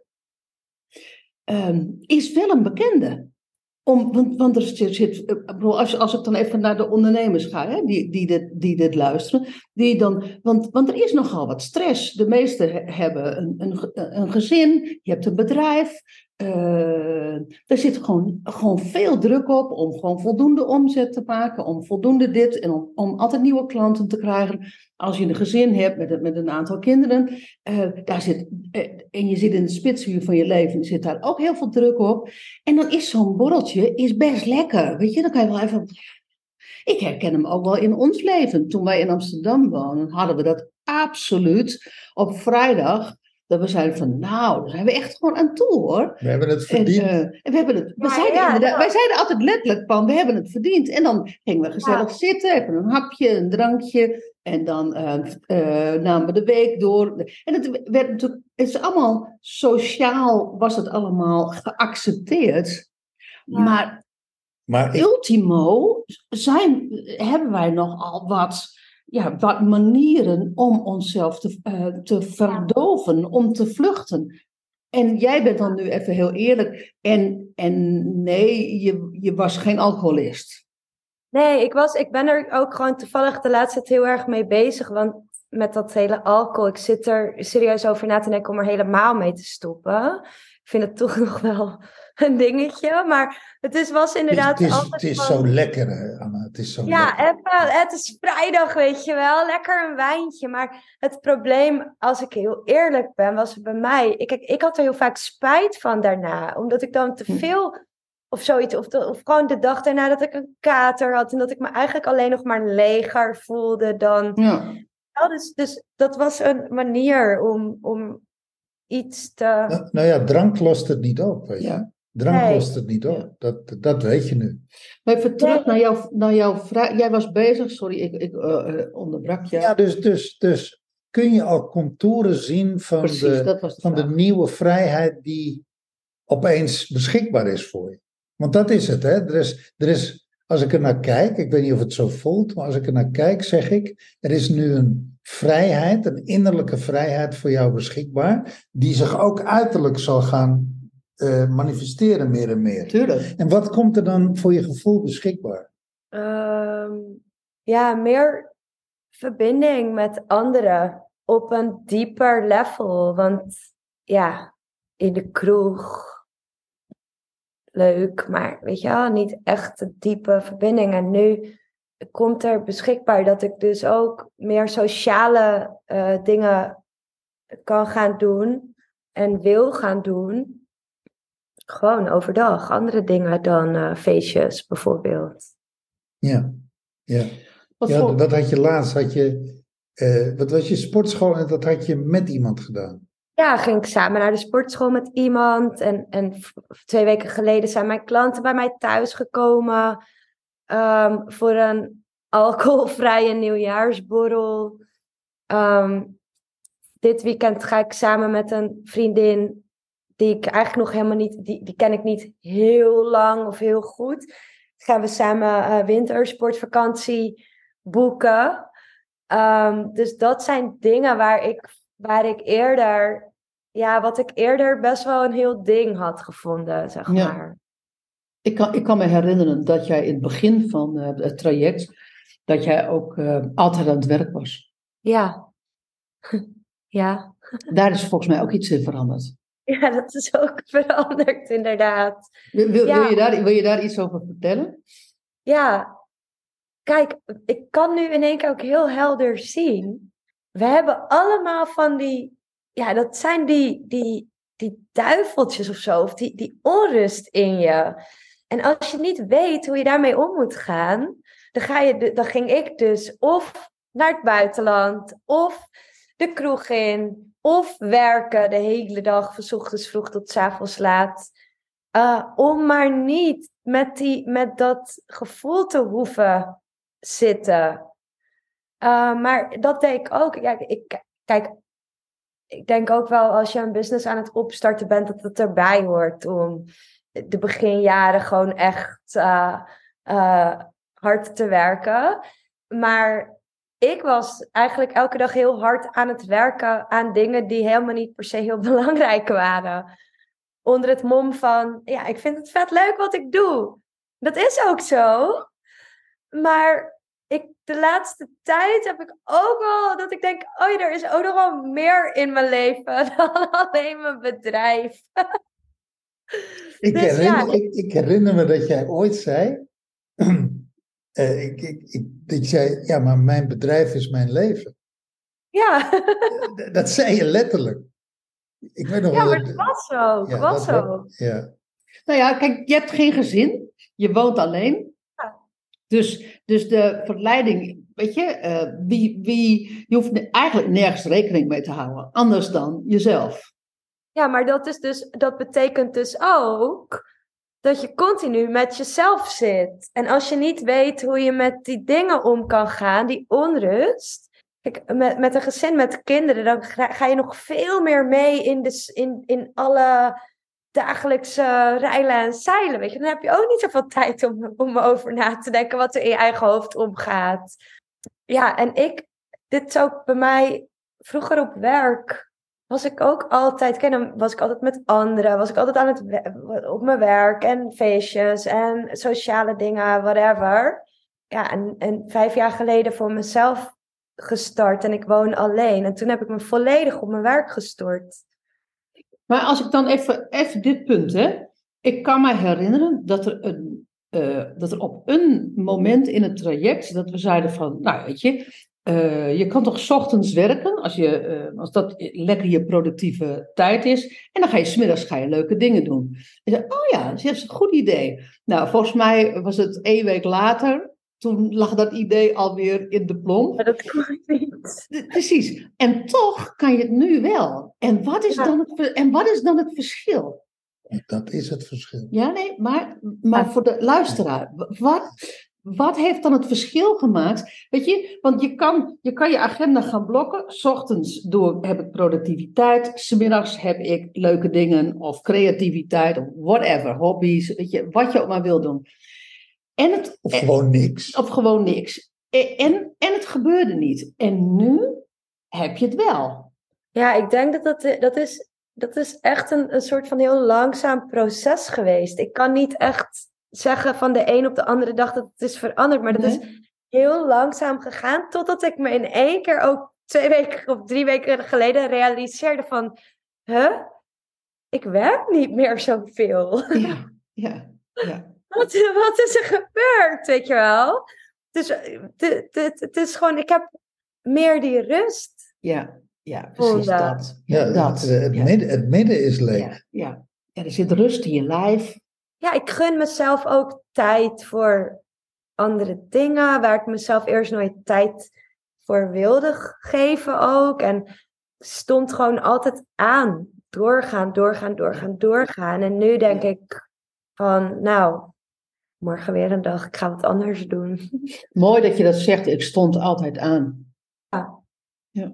is wel een bekende. Want er zit, als ik dan even naar de ondernemers ga, hè, die dit luisteren, want er is nogal wat stress. De meesten hebben een gezin, je hebt een bedrijf. Er zit gewoon veel druk op om gewoon voldoende omzet te maken, om voldoende dit en om altijd nieuwe klanten te krijgen. Als je een gezin hebt met een aantal kinderen, en je zit in de spitsuur van je leven, zit daar ook heel veel druk op. En dan is zo'n borreltje best lekker, weet je, dan kan je wel even... Ik herken hem ook wel in ons leven. Toen wij in Amsterdam woonden, hadden we dat absoluut op vrijdag. Dat we zeiden van, nou, daar zijn we echt gewoon aan toe, hoor. We hebben het verdiend. Wij zeiden altijd letterlijk van, we hebben het verdiend. En dan gingen we gezellig zitten, even een hapje, een drankje. En dan namen we de week door. En het werd natuurlijk, het is allemaal sociaal, was het allemaal geaccepteerd. Ja. Maar ultimo hebben wij nogal wat manieren om onszelf te verdoven, om te vluchten. En jij bent dan nu even heel eerlijk. En nee, je was geen alcoholist. Nee, ik ben er ook gewoon toevallig de laatste tijd heel erg mee bezig. Want met dat hele alcohol, ik zit er serieus over na te denken om er helemaal mee te stoppen. Ik vind het toch nog wel een dingetje. Maar was inderdaad het is zo lekker, Anna. Het is zo ja, lekker. het is vrijdag, weet je wel. Lekker een wijntje. Maar het probleem, als ik heel eerlijk ben, was bij mij. Ik had er heel vaak spijt van daarna. Omdat ik dan te veel of zoiets. Of gewoon de dag daarna dat ik een kater had. En dat ik me eigenlijk alleen nog maar leger voelde dan. Ja. Dus dat was een manier om iets te... Nou ja, drank lost het niet op, weet je. Ja. Drank lost het niet op. Ja. Dat weet je nu. Maar even terug naar jouw vraag. Jij was bezig, sorry, ik onderbrak je. Ja, dus kun je al contouren zien van, de nieuwe vrijheid die opeens beschikbaar is voor je. Want dat is het, hè. Er is, als ik er naar kijk, ik weet niet of het zo voelt, maar als ik er naar kijk, zeg ik, er is nu een vrijheid, een innerlijke vrijheid voor jou beschikbaar, die zich ook uiterlijk zal gaan manifesteren meer en meer. Tuurlijk. En wat komt er dan voor je gevoel beschikbaar? Meer verbinding met anderen op een dieper level. Want ja, in de kroeg leuk, maar weet je wel, niet echt een diepe verbinding. En nu komt er beschikbaar dat ik dus ook meer sociale dingen kan gaan doen en wil gaan doen. Gewoon overdag. Andere dingen dan feestjes bijvoorbeeld. Ja. Dat had je laatst. Wat was je sportschool en dat had je met iemand gedaan? Ja, ging ik samen naar de sportschool met iemand. En 2 weken geleden zijn mijn klanten bij mij thuis gekomen. Voor een alcoholvrije nieuwjaarsborrel. Dit weekend ga ik samen met een vriendin die ik eigenlijk nog helemaal niet, die ken ik niet heel lang of heel goed. Gaan we samen wintersportvakantie boeken. Dus dat zijn dingen waar ik eerder, wat ik eerder best wel een heel ding had gevonden, zeg maar. Ik kan me herinneren dat jij in het begin van het traject, dat jij ook altijd aan het werk was. Ja. Ja. Daar is volgens mij ook iets in veranderd. Ja, dat is ook veranderd, inderdaad. Wil je daar iets over vertellen? Ja, kijk, ik kan nu in één keer ook heel helder zien. We hebben allemaal van die, dat zijn die duiveltjes of zo, of die onrust in je. En als je niet weet hoe je daarmee om moet gaan, dan ging ik dus of naar het buitenland, of de kroeg in, of werken de hele dag, van 's ochtends vroeg tot 's avonds laat. Om maar niet met dat gevoel te hoeven zitten. Maar dat deed ik ook. Ja, ik denk ook wel als je een business aan het opstarten bent, dat het erbij hoort om de beginjaren gewoon echt hard te werken. Maar ik was eigenlijk elke dag heel hard aan het werken aan dingen die helemaal niet per se heel belangrijk waren. Onder het mom van, ik vind het vet leuk wat ik doe. Dat is ook zo. Maar de laatste tijd heb ik ook wel dat ik denk, er is ook nog wel meer in mijn leven dan alleen mijn bedrijf. Ik herinner me dat jij ooit zei, ik zei, maar mijn bedrijf is mijn leven. Ja. Dat zei je letterlijk. Ik weet nog maar dat was zo. Ja, was zo. Ja. Nou ja, kijk, je hebt geen gezin. Je woont alleen. Ja. Dus de verleiding, weet je, je hoeft eigenlijk nergens rekening mee te houden. Anders dan jezelf. Ja, maar dat betekent dus ook dat je continu met jezelf zit. En als je niet weet hoe je met die dingen om kan gaan, die onrust, Kijk, met een gezin met kinderen, dan ga je nog veel meer mee in alle dagelijkse rijlen en zeilen. Weet je? Dan heb je ook niet zoveel tijd om over na te denken wat er in je eigen hoofd omgaat. Ja, en dit is ook bij mij vroeger op werk. Was ik ook altijd, dan was ik altijd met anderen, was ik altijd op mijn werk en feestjes en sociale dingen, whatever. Ja, en 5 jaar geleden voor mezelf gestart en ik woon alleen. En toen heb ik me volledig op mijn werk gestort. Maar als ik dan even dit punt, hè. Ik kan me herinneren dat er op een moment in het traject, dat we zeiden van, nou weet je, je kan toch 's ochtends werken, als dat lekker je productieve tijd is, en dan ga je 's middags leuke dingen doen. En zei, oh ja, dat is een goed idee. Nou, volgens mij was het 1 week later, toen lag dat idee alweer in de plomp. Maar dat kon ik niet. Precies. En toch kan je het nu wel. En wat is dan het verschil? Dat is het verschil. Ja, nee, maar voor de luisteraar, wat heeft dan het verschil gemaakt? Weet je, want je kan je agenda gaan blokken. 's Ochtends heb ik productiviteit, 's middags heb ik leuke dingen of creativiteit of whatever, hobby's, weet je, wat je ook maar wil doen. Of gewoon niks. Of gewoon niks. En het gebeurde niet. En nu heb je het wel. Ja, ik denk dat is echt een soort van heel langzaam proces geweest. Ik kan niet echt zeggen van de een op de andere dag dat het is veranderd. Maar dat is heel langzaam gegaan. Totdat ik me in 1 keer ook 2 weken of 3 weken geleden realiseerde van... ik werk niet meer zoveel. Ja. Wat is er gebeurd, weet je wel? Dus het is gewoon, ik heb meer die rust. Ja, precies dat. Het midden is leeg. Ja, er zit rust in je lijf. Ja, ik gun mezelf ook tijd voor andere dingen, waar ik mezelf eerst nooit tijd voor wilde geven ook. En stond gewoon altijd aan. Doorgaan. En nu denk ik van, nou, morgen weer een dag, ik ga wat anders doen. Mooi dat je dat zegt, ik stond altijd aan. Ja.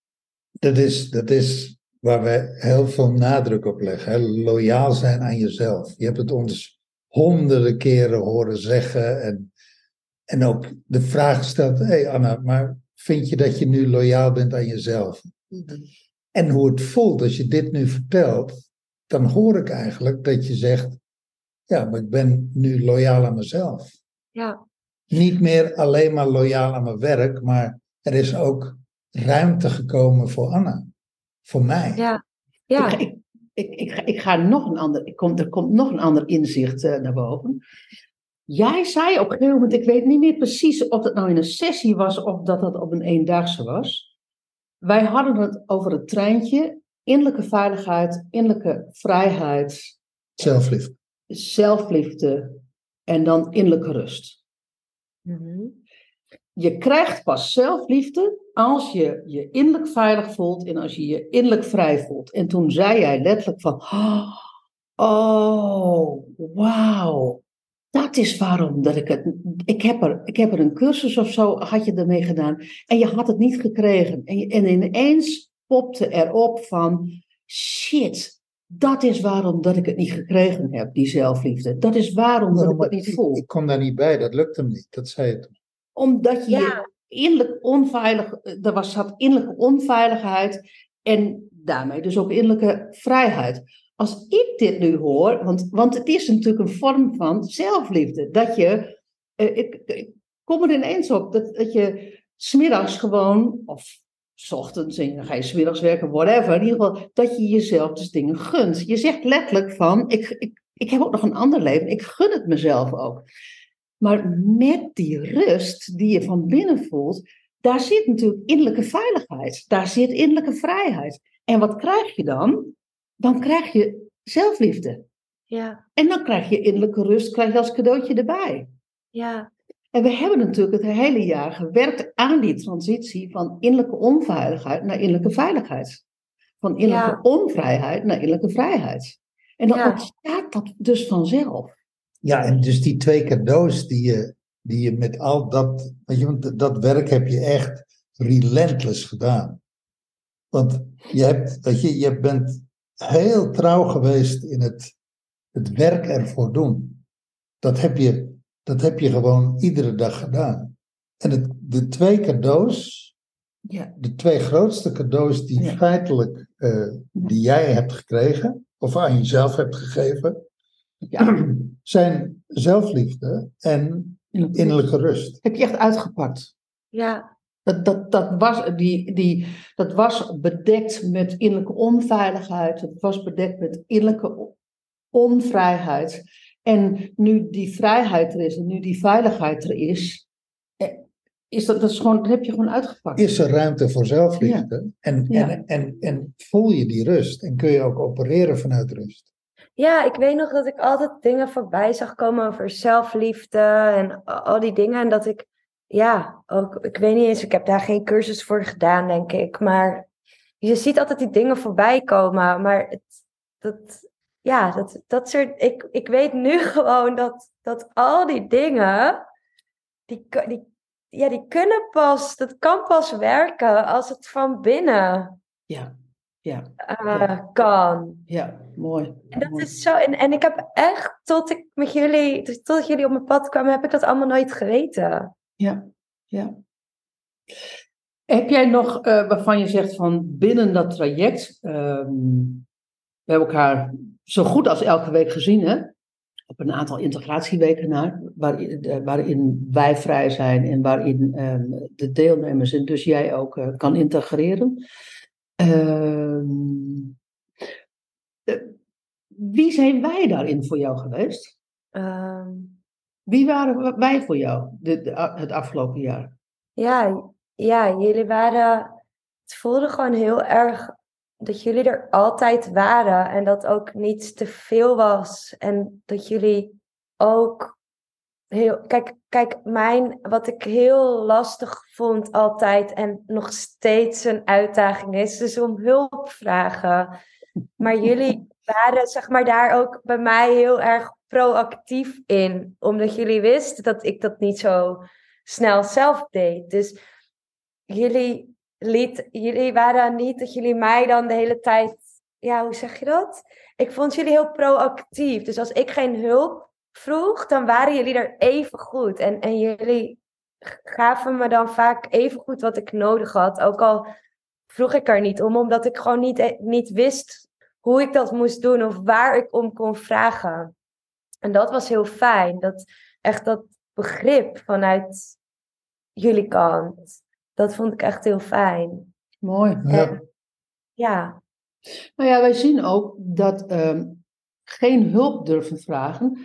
Dat is waar we heel veel nadruk op leggen. Hè? Loyaal zijn aan jezelf. Je hebt het ons honderden keren horen zeggen. En ook de vraag gesteld. Hé Anna, maar vind je dat je nu loyaal bent aan jezelf? En hoe het voelt als je dit nu vertelt. Dan hoor ik eigenlijk dat je zegt. Ja, maar ik ben nu loyaal aan mezelf. Ja. Niet meer alleen maar loyaal aan mijn werk. Maar er is ook ruimte gekomen voor Anna. Voor mij. Ja. Ik ga nog een ander... Er komt nog een ander inzicht naar boven. Jij zei op een gegeven moment... Ik weet niet meer precies of het nou in een sessie was... of dat het op een eendaagse was. Wij hadden het over het treintje. Innerlijke veiligheid, innerlijke vrijheid. Zelfliefde. En dan innerlijke rust. Mm-hmm. Je krijgt pas zelfliefde als je je innerlijk veilig voelt en als je je innerlijk vrij voelt. En toen zei jij letterlijk van, oh, wauw, dat is waarom dat ik heb er een cursus of zo, had je ermee gedaan en je had het niet gekregen. En ineens popte erop van, shit, dat is waarom dat ik het niet gekregen heb, die zelfliefde. Dat is waarom dat ik het niet voel. Ik kom daar niet bij, dat lukt hem niet, dat zei je toch. Omdat je innerlijk onveilig, zat innerlijke onveiligheid en daarmee dus ook innerlijke vrijheid. Als ik dit nu hoor, want het is natuurlijk een vorm van zelfliefde. Dat je, ik kom er ineens op, dat je 's middags gewoon, of 's ochtends en dan ga je 's middags werken, whatever. In ieder geval, dat je jezelf dus dingen gunt. Je zegt letterlijk van, ik heb ook nog een ander leven, ik gun het mezelf ook. Maar met die rust die je van binnen voelt, daar zit natuurlijk innerlijke veiligheid. Daar zit innerlijke vrijheid. En wat krijg je dan? Dan krijg je zelfliefde. Ja. En dan krijg je innerlijke rust, krijg je als cadeautje erbij. Ja. En we hebben natuurlijk het hele jaar gewerkt aan die transitie van innerlijke onveiligheid naar innerlijke veiligheid. Van innerlijke onvrijheid naar innerlijke vrijheid. En dan ontstaat dat dus vanzelf. Ja, en dus die 2 cadeaus die je met al dat, weet je, want dat werk heb je echt relentless gedaan. Want je bent heel trouw geweest in het werk ervoor doen. Dat heb je gewoon iedere dag gedaan. En de twee cadeaus, de twee grootste cadeaus die feitelijk die jij hebt gekregen, of aan jezelf hebt gegeven, zijn zelfliefde en innerlijke rust. Heb je echt uitgepakt? Ja. Dat was bedekt met innerlijke onveiligheid. Het was bedekt met innerlijke onvrijheid. En nu die vrijheid er is en nu die veiligheid er is dat heb je gewoon uitgepakt. Is er ruimte voor zelfliefde? Ja. En voel je die rust? En kun je ook opereren vanuit rust? Ja, ik weet nog dat ik altijd dingen voorbij zag komen over zelfliefde en al die dingen. En dat ik, ik weet niet eens, ik heb daar geen cursus voor gedaan, denk ik. Maar je ziet altijd die dingen voorbij komen. Maar dat soort, ik weet nu gewoon dat al die dingen, die kunnen pas, dat kan pas werken als het van binnen kan. Ja, mooi. En dat is zo, en ik heb echt, tot jullie op mijn pad kwamen, heb ik dat allemaal nooit geweten. Ja. Heb jij nog, waarvan je zegt van binnen dat traject, we hebben elkaar zo goed als elke week gezien, hè? Op een aantal integratieweken waarin wij vrij zijn en waarin de deelnemers en dus jij ook kan integreren. Wie zijn wij daarin voor jou geweest? Wie waren wij voor jou het afgelopen jaar? Ja, jullie waren... Het voelde gewoon heel erg dat jullie er altijd waren. En dat ook niet te veel was. En dat jullie ook heel... Kijk, wat ik heel lastig vond altijd en nog steeds een uitdaging is om hulp vragen. Maar jullie waren zeg maar daar ook bij mij heel erg proactief in. Omdat jullie wisten dat ik dat niet zo snel zelf deed. Dus jullie waren niet dat jullie mij dan de hele tijd... Ja, hoe zeg je dat? Ik vond jullie heel proactief. Dus als ik geen hulp vroeg, dan waren jullie er even goed. En jullie gaven me dan vaak even goed wat ik nodig had. Ook al vroeg ik er niet om, omdat ik gewoon niet wist hoe ik dat moest doen of waar ik om kon vragen. En dat was heel fijn. Dat begrip vanuit jullie kant. Dat vond ik echt heel fijn. Mooi. Ja. Nou ja, wij zien ook dat geen hulp durven vragen.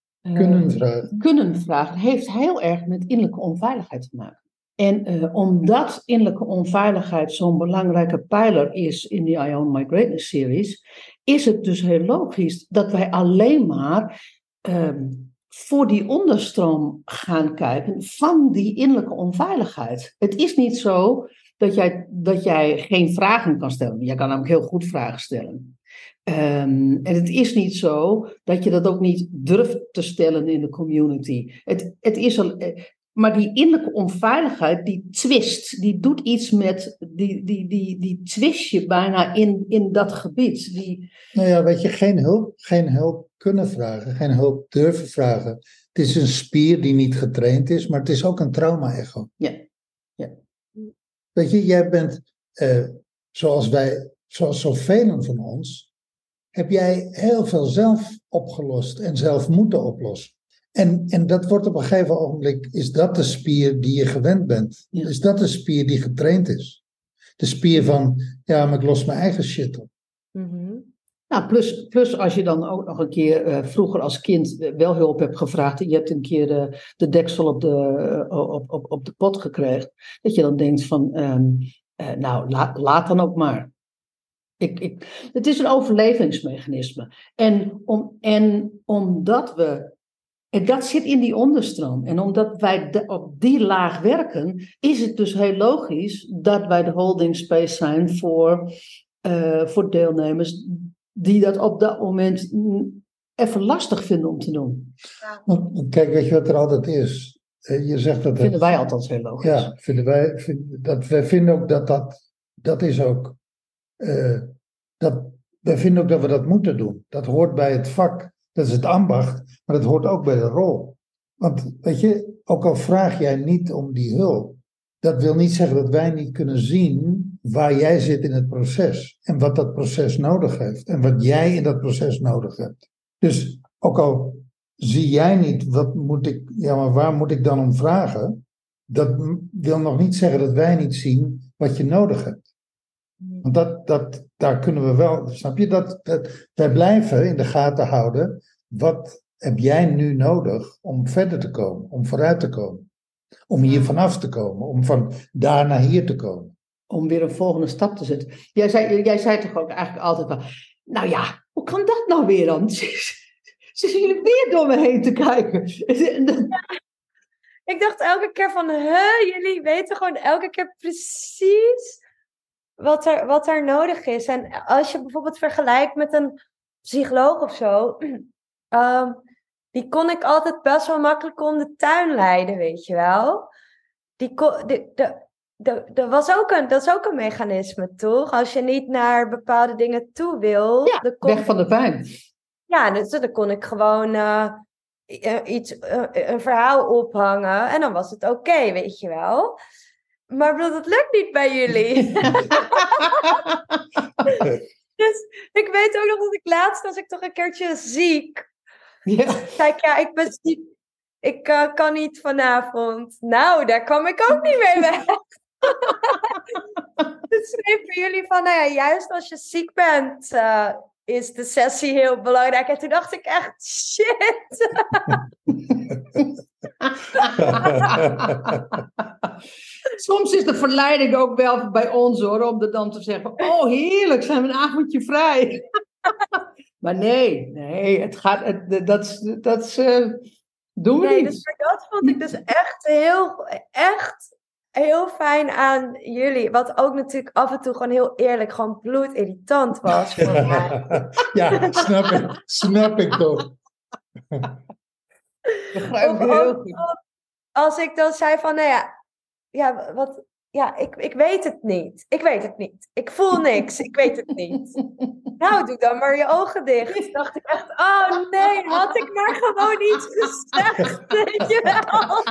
Kunnen vragen heeft heel erg met innerlijke onveiligheid te maken. En omdat innerlijke onveiligheid zo'n belangrijke pijler is in de I Own My Greatness series, is het dus heel logisch dat wij alleen maar voor die onderstroom gaan kijken van die innerlijke onveiligheid. Het is niet zo dat jij geen vragen kan stellen. Jij kan namelijk heel goed vragen stellen. En het is niet zo dat je dat ook niet durft te stellen in de community. Maar die innerlijke onveiligheid, die twist, die doet iets met, die twist je bijna in dat gebied. Nou ja, weet je, geen hulp kunnen vragen, geen hulp durven vragen. Het is een spier die niet getraind is, maar het is ook een trauma-echo. Ja. Weet je, jij bent, zoals zoveel van ons, heb jij heel veel zelf opgelost en zelf moeten oplossen. En dat wordt op een gegeven ogenblik, is dat de spier die je gewend bent? Ja. Is dat de spier die getraind is? De spier van, maar ik los mijn eigen shit op. Mm-hmm. Nou, plus als je dan ook nog een keer vroeger als kind wel hulp hebt gevraagd en je hebt een keer de deksel op de pot gekregen, dat je dan denkt van, laat dan ook maar. Het is een overlevingsmechanisme. En omdat we... En dat zit in die onderstroom. En omdat wij op die laag werken, is het dus heel logisch dat wij de holding space zijn voor deelnemers die dat op dat moment even lastig vinden om te doen. Want kijk, weet je wat er altijd is? je zegt dat... Vinden wij althans heel logisch. Ja, wij vinden ook dat is ook... wij vinden ook dat we dat moeten doen. Dat hoort bij het vak, dat is het ambacht, maar dat hoort ook bij de rol. Want weet je, ook al vraag jij niet om die hulp, dat wil niet zeggen dat wij niet kunnen zien waar jij zit in het proces. En wat dat proces nodig heeft. En wat jij in dat proces nodig hebt. Dus ook al zie jij niet, maar waar moet ik dan om vragen? Dat wil nog niet zeggen dat wij niet zien wat je nodig hebt. Want daar kunnen we wel, snap je, wij blijven in de gaten houden. Wat heb jij nu nodig om verder te komen, om vooruit te komen? Om hier vanaf te komen, om van daar naar hier te komen. Om weer een volgende stap te zetten. Jij zei toch ook eigenlijk altijd wel, nou ja, hoe kan dat nou weer dan? Zitten jullie weer door me heen te kijken? Ik dacht elke keer van, jullie weten gewoon elke keer precies wat er nodig is. En als je bijvoorbeeld vergelijkt met een psycholoog of zo, die kon ik altijd best wel makkelijk om de tuin leiden, weet je wel. Dat is ook een mechanisme, toch? Als je niet naar bepaalde dingen toe wil. Ja, weg van de pijn. Ja, dus dan kon ik gewoon een verhaal ophangen en dan was het oké, weet je wel. Maar dat lukt niet bij jullie. Dus ik weet ook nog dat ik laatst was ik toch een keertje ziek. Ja. Kijk, ja, ik ben ziek. Ik kan niet vanavond. Nou, daar kwam ik ook niet mee weg. Dus schreven jullie van, nou ja, juist als je ziek bent, is de sessie heel belangrijk. En toen dacht ik echt, shit. Soms is de verleiding ook wel bij ons hoor, om er dan te zeggen, oh heerlijk, zijn we een avondje vrij. Maar nee, het gaat, dat doen we niet. Dus dat vond ik dus echt heel fijn aan jullie. Wat ook natuurlijk af en toe gewoon heel eerlijk, gewoon bloedirritant was voor mij. Ja, snap ik toch. Begrijp ik heel goed. Als ik dan zei van, nou ja, ik weet het niet. Ik weet het niet. Ik voel niks. Ik weet het niet. Nou, doe dan maar je ogen dicht. Toen dacht ik echt, oh nee, had ik maar gewoon iets gezegd. Weet je wel.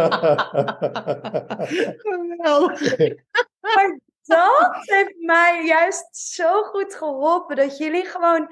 Geweldig. Maar dat heeft mij juist zo goed geholpen. Dat jullie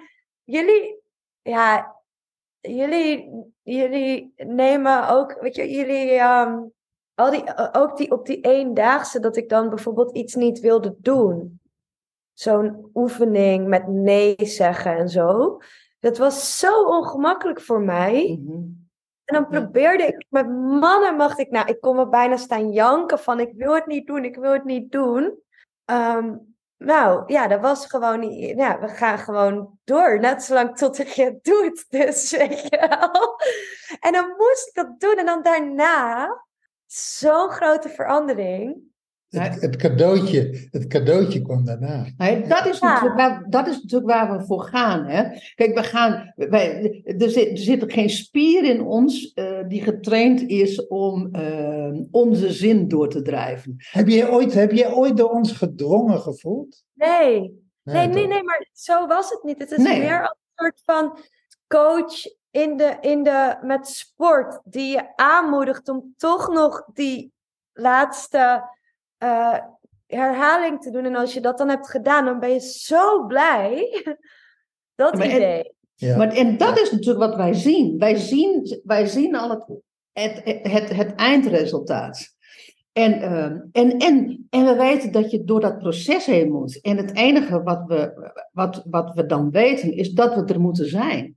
nemen ook, weet je, jullie... op die eendaagse dat ik dan bijvoorbeeld iets niet wilde doen. Zo'n oefening met nee zeggen en zo. Dat was zo ongemakkelijk voor mij. Mm-hmm. En dan probeerde ik met mannen ik kon me bijna staan janken van ik wil het niet doen. Nou ja, dat was gewoon niet. Ja, we gaan gewoon door. Net zolang tot je het doet. Dus weet je wel. En dan moest ik dat doen. En dan daarna zo'n grote verandering. Het cadeautje kwam daarna. Nee, dat is natuurlijk waar we voor gaan. Hè? Kijk, er zit geen spier in ons die getraind is om onze zin door te drijven. Heb je ooit door ons gedwongen gevoeld? Nee, maar zo was het niet. Het is meer een soort van coach met sport die je aanmoedigt om toch nog die laatste herhaling te doen. En als je dat dan hebt gedaan, dan ben je zo blij. Dat idee. En dat is natuurlijk wat wij zien. Wij zien al het eindresultaat. En we weten dat je door dat proces heen moet. En het enige wat we dan weten, is dat we er moeten zijn.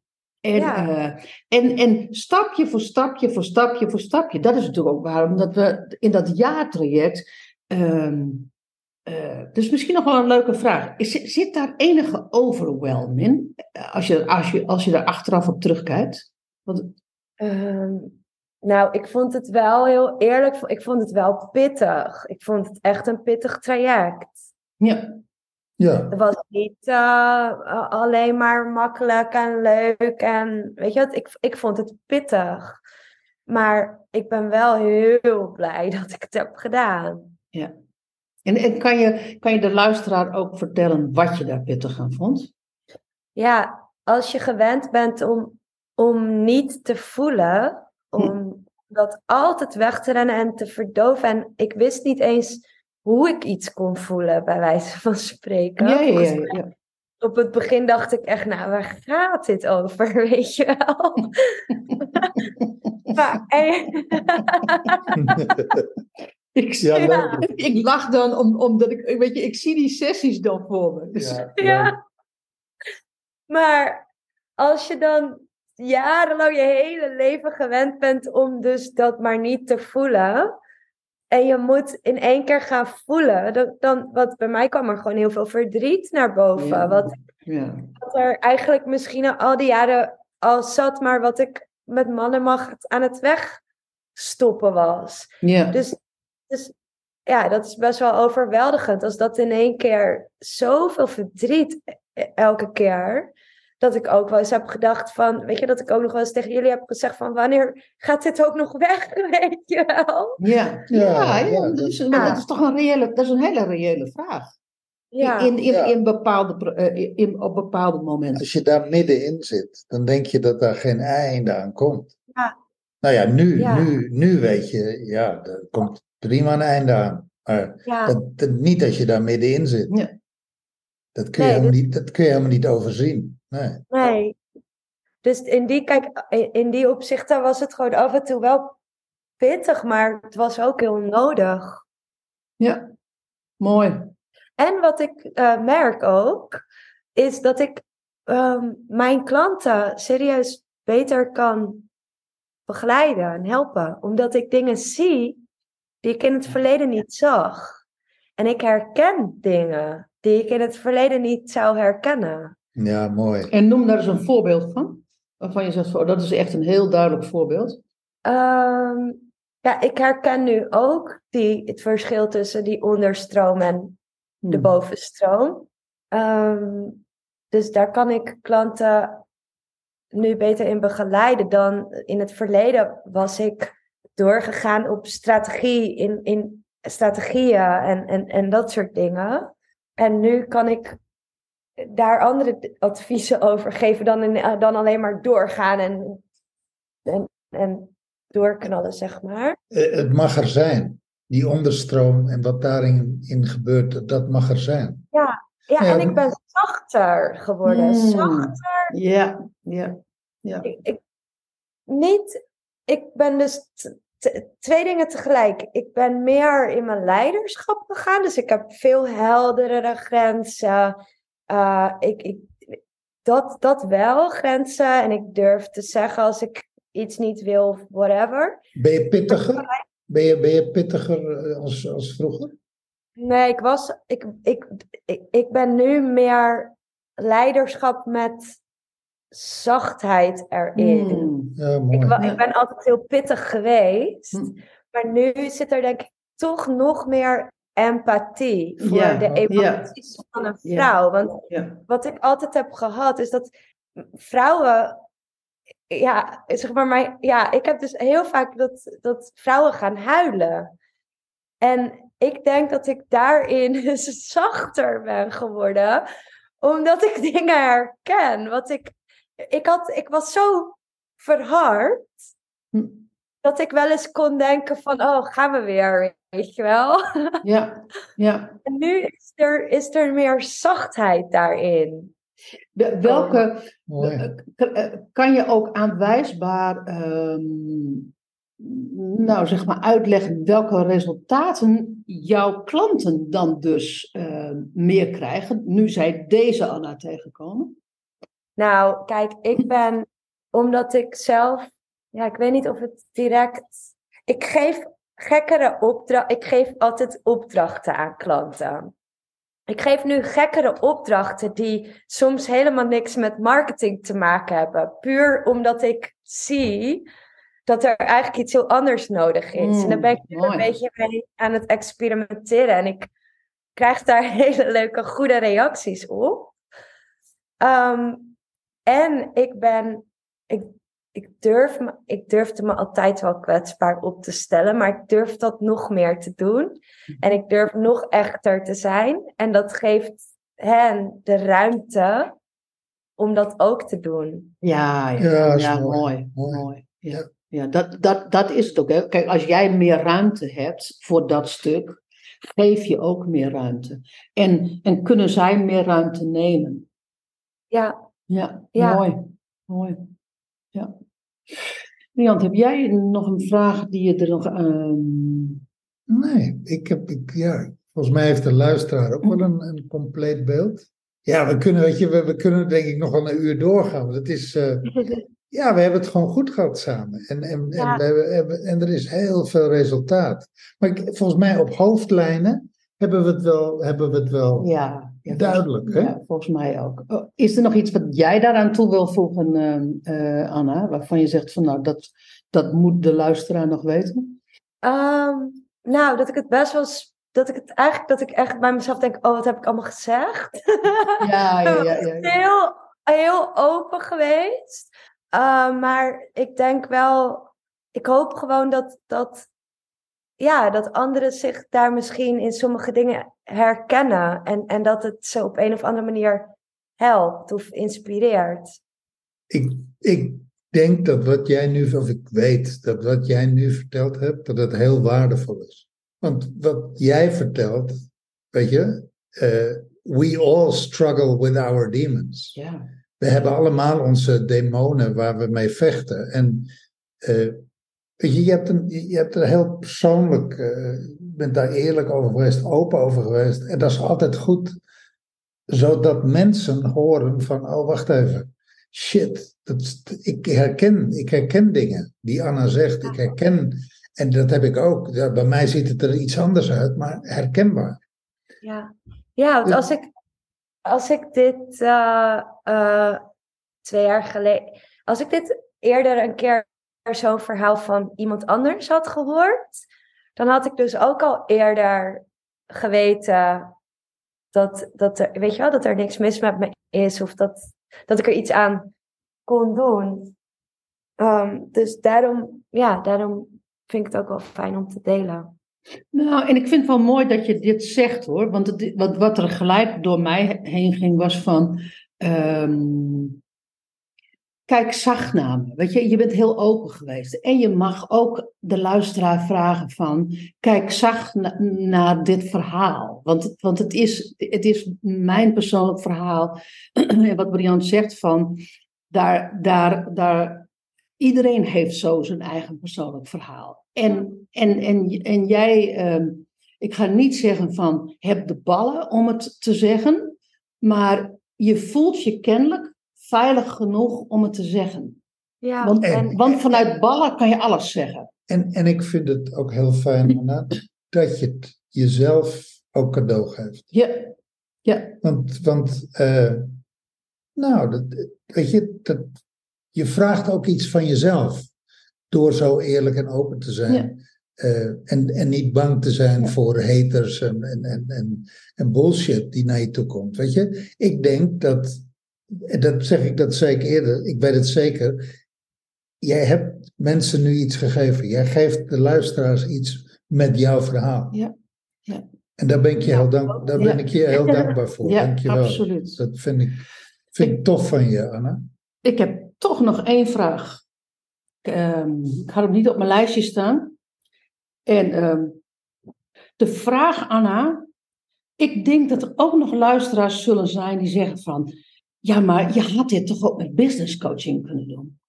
En stapje voor stapje voor stapje voor stapje. Dat is natuurlijk ook waarom dat we in dat jaartraject. Dus misschien nog wel een leuke vraag. Zit daar enige overwhelm in? Als je daar achteraf op terugkijkt? Nou, ik vond het wel heel eerlijk. Ik vond het wel pittig. Ik vond het echt een pittig traject. Ja. Het was niet alleen maar makkelijk en leuk. En weet je wat, ik vond het pittig. Maar ik ben wel heel blij dat ik het heb gedaan. Ja. En kan je de luisteraar ook vertellen wat je daar pittig aan vond? Ja, als je gewend bent om niet te voelen, om dat altijd weg te rennen en te verdoven. En ik wist niet eens hoe ik iets kon voelen, bij wijze van spreken. Ja. Op het begin dacht ik echt, nou, waar gaat dit over, weet je wel? Maar, ik lach dan omdat ik zie die sessies dan voor me. Dus, ja. Maar als je dan jarenlang je hele leven gewend bent om dus dat maar niet te voelen. En je moet in één keer gaan voelen. Want bij mij kwam er gewoon heel veel verdriet naar boven. Ja. Wat er eigenlijk misschien al die jaren al zat. Maar wat ik met mannenmacht aan het wegstoppen was. Ja. Dus ja, dat is best wel overweldigend. Als dat in één keer zoveel verdriet elke keer. Dat ik ook wel eens heb gedacht van, weet je, dat ik ook nog wel eens tegen jullie heb gezegd van, wanneer gaat dit ook nog weg, weet je wel? Dat is toch een hele reële vraag. Ja. Op bepaalde momenten. Als je daar middenin zit, dan denk je dat daar geen einde aan komt. Ja. Nou ja, nu weet je, ja, er komt prima een einde aan. Maar niet als je daar middenin zit. Ja. Dat kun je helemaal niet overzien. Nee. Dus in die opzichten was het gewoon af en toe wel pittig, maar het was ook heel nodig. Ja, mooi. En wat ik merk ook, is dat ik mijn klanten serieus beter kan begeleiden en helpen. Omdat ik dingen zie die ik in het verleden niet zag. En ik herken dingen die ik in het verleden niet zou herkennen. Ja, mooi. En noem daar eens een voorbeeld van. Waarvan je zegt, dat is echt een heel duidelijk voorbeeld. Ja, ik herken nu ook het verschil tussen die onderstroom en de bovenstroom. Dus daar kan ik klanten nu beter in begeleiden dan in het verleden was ik doorgegaan op strategie in strategieën en dat soort dingen. En nu kan ik daar andere adviezen over geven dan alleen maar doorgaan en doorknallen, zeg maar. Het mag er zijn. Die onderstroom en wat daarin gebeurt, dat mag er zijn. Ja, en ik ben zachter geworden. Zachter. Ja. Ik ben dus twee dingen tegelijk. Ik ben meer in mijn leiderschap gegaan. Dus ik heb veel heldere grenzen. Dat wel, grenzen. En ik durf te zeggen als ik iets niet wil of whatever. Ben je pittiger? Ben je pittiger als vroeger? Nee, ik ben nu meer leiderschap met zachtheid erin. Ja, mooi. Ik ben altijd heel pittig geweest. Maar nu zit er denk ik toch nog meer empathie voor de emoties van een vrouw. Want wat ik altijd heb gehad is dat vrouwen... Ja, zeg maar, ik heb dus heel vaak dat vrouwen gaan huilen. En ik denk dat ik daarin dus zachter ben geworden. Omdat ik dingen herken. Ik was zo verhard. Dat ik wel eens kon denken van, oh, gaan we weer, weet je wel. Ja. En nu is er meer zachtheid daarin. Kan je ook aanwijsbaar zeg maar uitleggen welke resultaten jouw klanten dan dus meer krijgen, nu zij deze Anna tegenkomen? Nou, kijk, omdat ik zelf, ik weet niet of het direct, ik geef ik geef altijd opdrachten aan klanten. Ik geef nu gekkere opdrachten die soms helemaal niks met marketing te maken hebben. Puur omdat ik zie dat er eigenlijk iets heel anders nodig is. En daar ben ik nu een beetje mee aan het experimenteren. En ik krijg daar hele leuke, goede reacties op. En ik durfde me altijd wel kwetsbaar op te stellen, maar ik durf dat nog meer te doen. En ik durf nog echter te zijn. En dat geeft hen de ruimte om dat ook te doen. Ja, mooi. Ja, dat is het ook. Hè. Kijk, als jij meer ruimte hebt voor dat stuk, geef je ook meer ruimte. En kunnen zij meer ruimte nemen. Ja. Mooi. Ja. Riant, heb jij nog een vraag die je er nog... Nee, volgens mij heeft de luisteraar ook wel een compleet beeld. Ja, we kunnen denk ik nog wel een uur doorgaan. Want het is, we hebben het gewoon goed gehad samen. En er is heel veel resultaat. Maar volgens mij op hoofdlijnen hebben we het wel duidelijk. Hè? Ja, volgens mij ook. Is er nog iets wat jij daaraan toe wil voegen, Anna? Waarvan je zegt van nou, dat moet de luisteraar nog weten? Nou, dat ik het best wel... Dat ik echt bij mezelf denk, wat heb ik allemaal gezegd? Ja. Heel, heel open geweest. Maar ik denk wel, ik hoop gewoon dat anderen zich daar misschien in sommige dingen herkennen. En dat het ze op een of andere manier helpt of inspireert. Ik denk dat ik weet dat wat jij nu verteld hebt, dat het heel waardevol is. Want wat jij vertelt, weet je, we all struggle with our demons. Ja. We hebben allemaal onze demonen waar we mee vechten. En weet je hebt er heel persoonlijk, bent daar eerlijk over geweest, open over geweest. En dat is altijd goed, zodat mensen horen van, wacht even, shit, ik herken dingen die Anna zegt, ik herken... En dat heb ik ook. Bij mij ziet het er iets anders uit, maar herkenbaar. Ja, want als ik dit 2 jaar geleden... Als ik dit eerder een keer zo'n verhaal van iemand anders had gehoord, dan had ik dus ook al eerder geweten dat er, weet je wel, dat er niks mis met me is of dat ik er iets aan kon doen. Dus daarom vind ik het ook wel fijn om te delen. Nou, en ik vind het wel mooi dat je dit zegt hoor. Want wat er gelijk door mij heen ging was van... kijk zacht naar me. Weet je bent heel open geweest. En je mag ook de luisteraar vragen van... Kijk zacht naar dit verhaal. Want het is mijn persoonlijk verhaal. En wat Briant zegt van... Daar iedereen heeft zo zijn eigen persoonlijk verhaal. En jij, ik ga niet zeggen van heb de ballen om het te zeggen, maar je voelt je kennelijk veilig genoeg om het te zeggen. Ja, want vanuit ballen kan je alles zeggen. En ik vind het ook heel fijn, Anna, dat je het jezelf ook cadeau geeft. Ja. Want weet je, je vraagt ook iets van jezelf door zo eerlijk en open te zijn. Ja. En niet bang te zijn voor haters en bullshit die naar je toe komt. Weet je, ik denk dat zeg ik dat zeker eerder, ik weet het zeker, jij hebt mensen nu iets gegeven. Jij geeft de luisteraars iets met jouw verhaal. Ja. En daar ben ik je heel dankbaar voor. Ja, dankjewel. Absoluut. Dat vind ik tof van je, Anna. Ik heb toch nog 1 vraag. Ik had hem niet op mijn lijstje staan. En de vraag, Anna, ik denk dat er ook nog luisteraars zullen zijn die zeggen van, ja, maar je had dit toch ook met business coaching kunnen doen?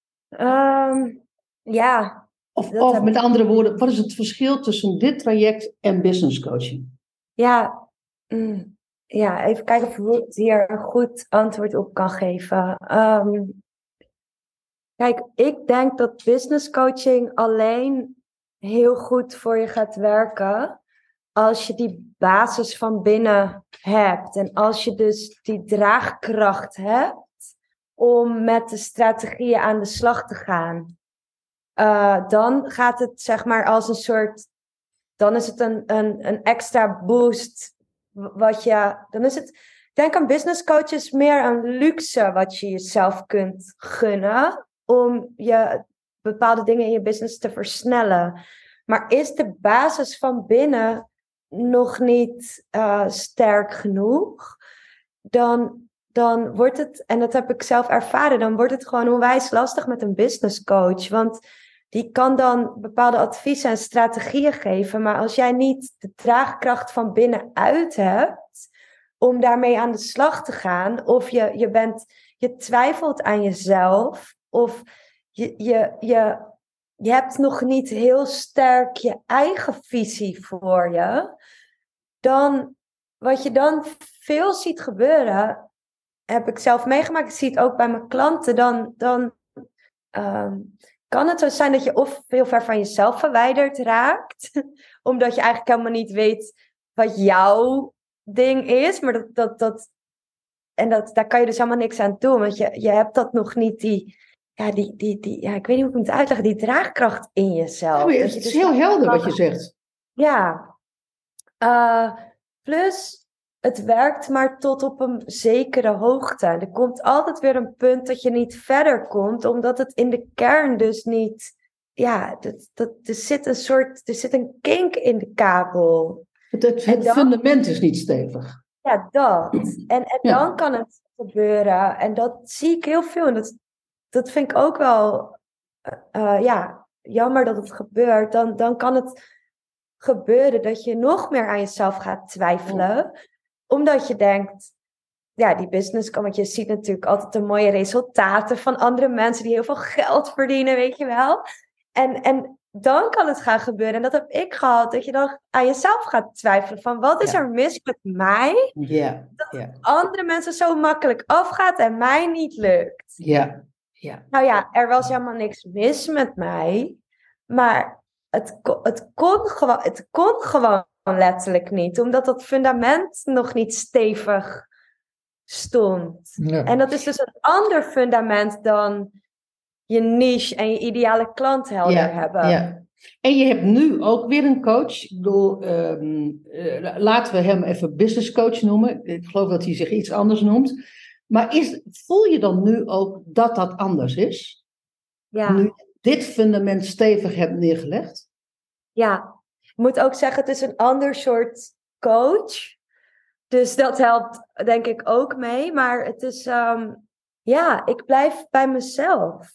Ja. Of met andere woorden, wat is het verschil tussen dit traject en business coaching? Ja, even kijken of ik hier een goed antwoord op kan geven. Kijk, ik denk dat business coaching alleen heel goed voor je gaat werken als je die basis van binnen hebt. En als je dus die draagkracht hebt om met de strategieën aan de slag te gaan. Dan gaat het zeg maar als een soort... Dan is het een extra boost. Dan is het... Ik denk aan business coaches meer een luxe wat je jezelf kunt gunnen. om je bepaalde dingen in je business te versnellen. Maar is de basis van binnen nog niet sterk genoeg, dan wordt het, en dat heb ik zelf ervaren, dan wordt het gewoon onwijs lastig met een business coach. Want die kan dan bepaalde adviezen en strategieën geven. Maar als jij niet de draagkracht van binnenuit hebt om daarmee aan de slag te gaan, of je twijfelt aan jezelf, of je hebt nog niet heel sterk je eigen visie voor je, dan wat je dan veel ziet gebeuren, heb ik zelf meegemaakt, ik zie het ook bij mijn klanten, dan kan het zo zijn dat je of heel ver van jezelf verwijderd raakt, omdat je eigenlijk helemaal niet weet wat jouw ding is, maar daar kan je dus helemaal niks aan doen, want je hebt dat nog niet, ik weet niet hoe ik het moet uitleggen, die draagkracht in jezelf. Het is heel helder wat je zegt. Ja. Plus, het werkt maar tot op een zekere hoogte. Er komt altijd weer een punt dat je niet verder komt, omdat het in de kern dus niet... Ja, er zit een kink in de kabel. Het fundament is niet stevig. Ja, dat. En dan kan het gebeuren. En dat zie ik heel veel. En dat vind ik ook wel jammer dat het gebeurt. Dan kan het gebeuren dat je nog meer aan jezelf gaat twijfelen. Omdat je denkt, ja, die business kan, want je ziet natuurlijk altijd de mooie resultaten van andere mensen die heel veel geld verdienen, weet je wel. En dan kan het gaan gebeuren, en dat heb ik gehad, dat je dan aan jezelf gaat twijfelen van wat is er mis met mij? Dat andere mensen zo makkelijk afgaat en mij niet lukt. Ja. Nou ja, er was helemaal niks mis met mij, maar het kon gewoon letterlijk niet, omdat dat fundament nog niet stevig stond. Ja. En dat is dus een ander fundament dan je niche en je ideale klant helder hebben. Ja. En je hebt nu ook weer een coach. Ik bedoel, laten we hem even business coach noemen. Ik geloof dat hij zich iets anders noemt. Maar voel je dan nu ook dat dat anders is? Ja. Nu je dit fundament stevig hebt neergelegd? Ja. Ik moet ook zeggen, het is een ander soort coach. Dus dat helpt denk ik ook mee. Maar het is, ik blijf bij mezelf.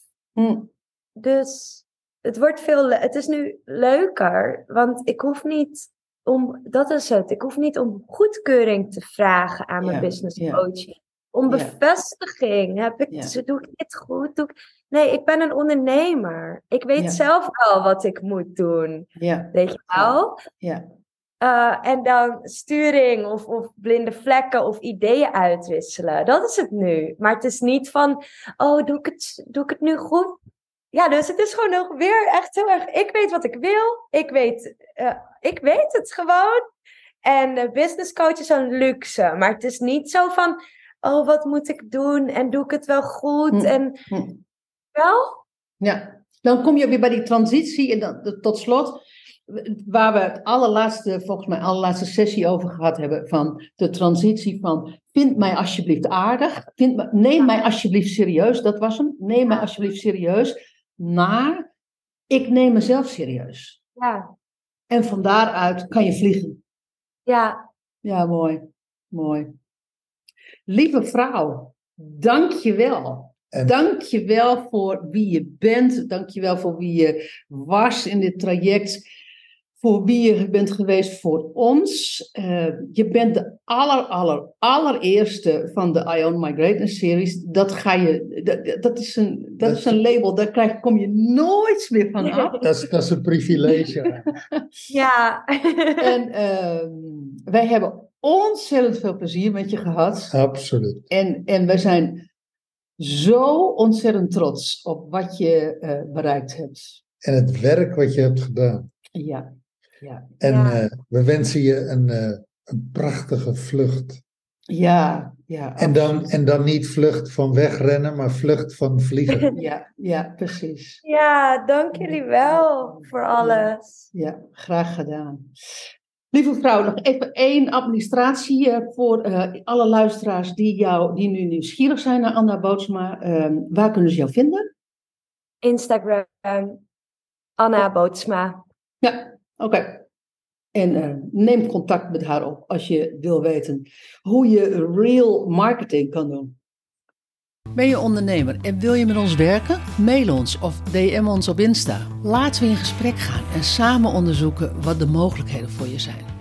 Dus het is nu leuker. Want ik hoef niet ik hoef niet om goedkeuring te vragen aan mijn business coach. Om bevestiging. Doe ik dit goed? Nee, ik ben een ondernemer. Ik weet zelf wel wat ik moet doen. Ja. Weet je wel? Ja. En dan sturing of blinde vlekken of ideeën uitwisselen. Dat is het nu. Maar het is niet van, doe ik het nu goed? Ja, dus het is gewoon nog weer echt heel erg, ik weet wat ik wil. Ik weet het gewoon. En business coach is een luxe. Maar het is niet zo van, wat moet ik doen? En doe ik het wel goed? En wel? Ja, dan kom je weer bij die transitie. En dan, tot slot, waar we het allerlaatste sessie over gehad hebben, van de transitie van, vind mij alsjeblieft aardig. Neem mij alsjeblieft serieus. Dat was hem. Neem mij alsjeblieft serieus. Maar ik neem mezelf serieus. Ja. En van daaruit kan je vliegen. Ja. Ja, mooi. Mooi. Lieve vrouw, dank je wel. Dank je wel voor wie je bent. Dank je wel voor wie je was in dit traject. Voor wie je bent geweest voor ons. Je bent de allereerste van de I Own My Greatness series. Dat is een label, daar kom je nooit meer van af. Dat is een privilege. Ja. En wij hebben ontzettend veel plezier met je gehad. Absoluut. En wij zijn zo ontzettend trots op wat je bereikt hebt. En het werk wat je hebt gedaan. Ja. En we wensen je een prachtige vlucht. Ja. En dan niet vlucht van wegrennen, maar vlucht van vliegen. Ja, precies. Ja, dank jullie wel voor alles. Ja, graag gedaan. Lieve vrouw, nog even 1 administratie voor alle luisteraars die nu nieuwsgierig zijn naar Anna Bootsma. Waar kunnen ze jou vinden? Instagram, Anna Bootsma. Ja, oké. En neem contact met haar op als je wil weten hoe je real marketing kan doen. Ben je ondernemer en wil je met ons werken? Mail ons of DM ons op Insta. Laten we in gesprek gaan en samen onderzoeken wat de mogelijkheden voor je zijn.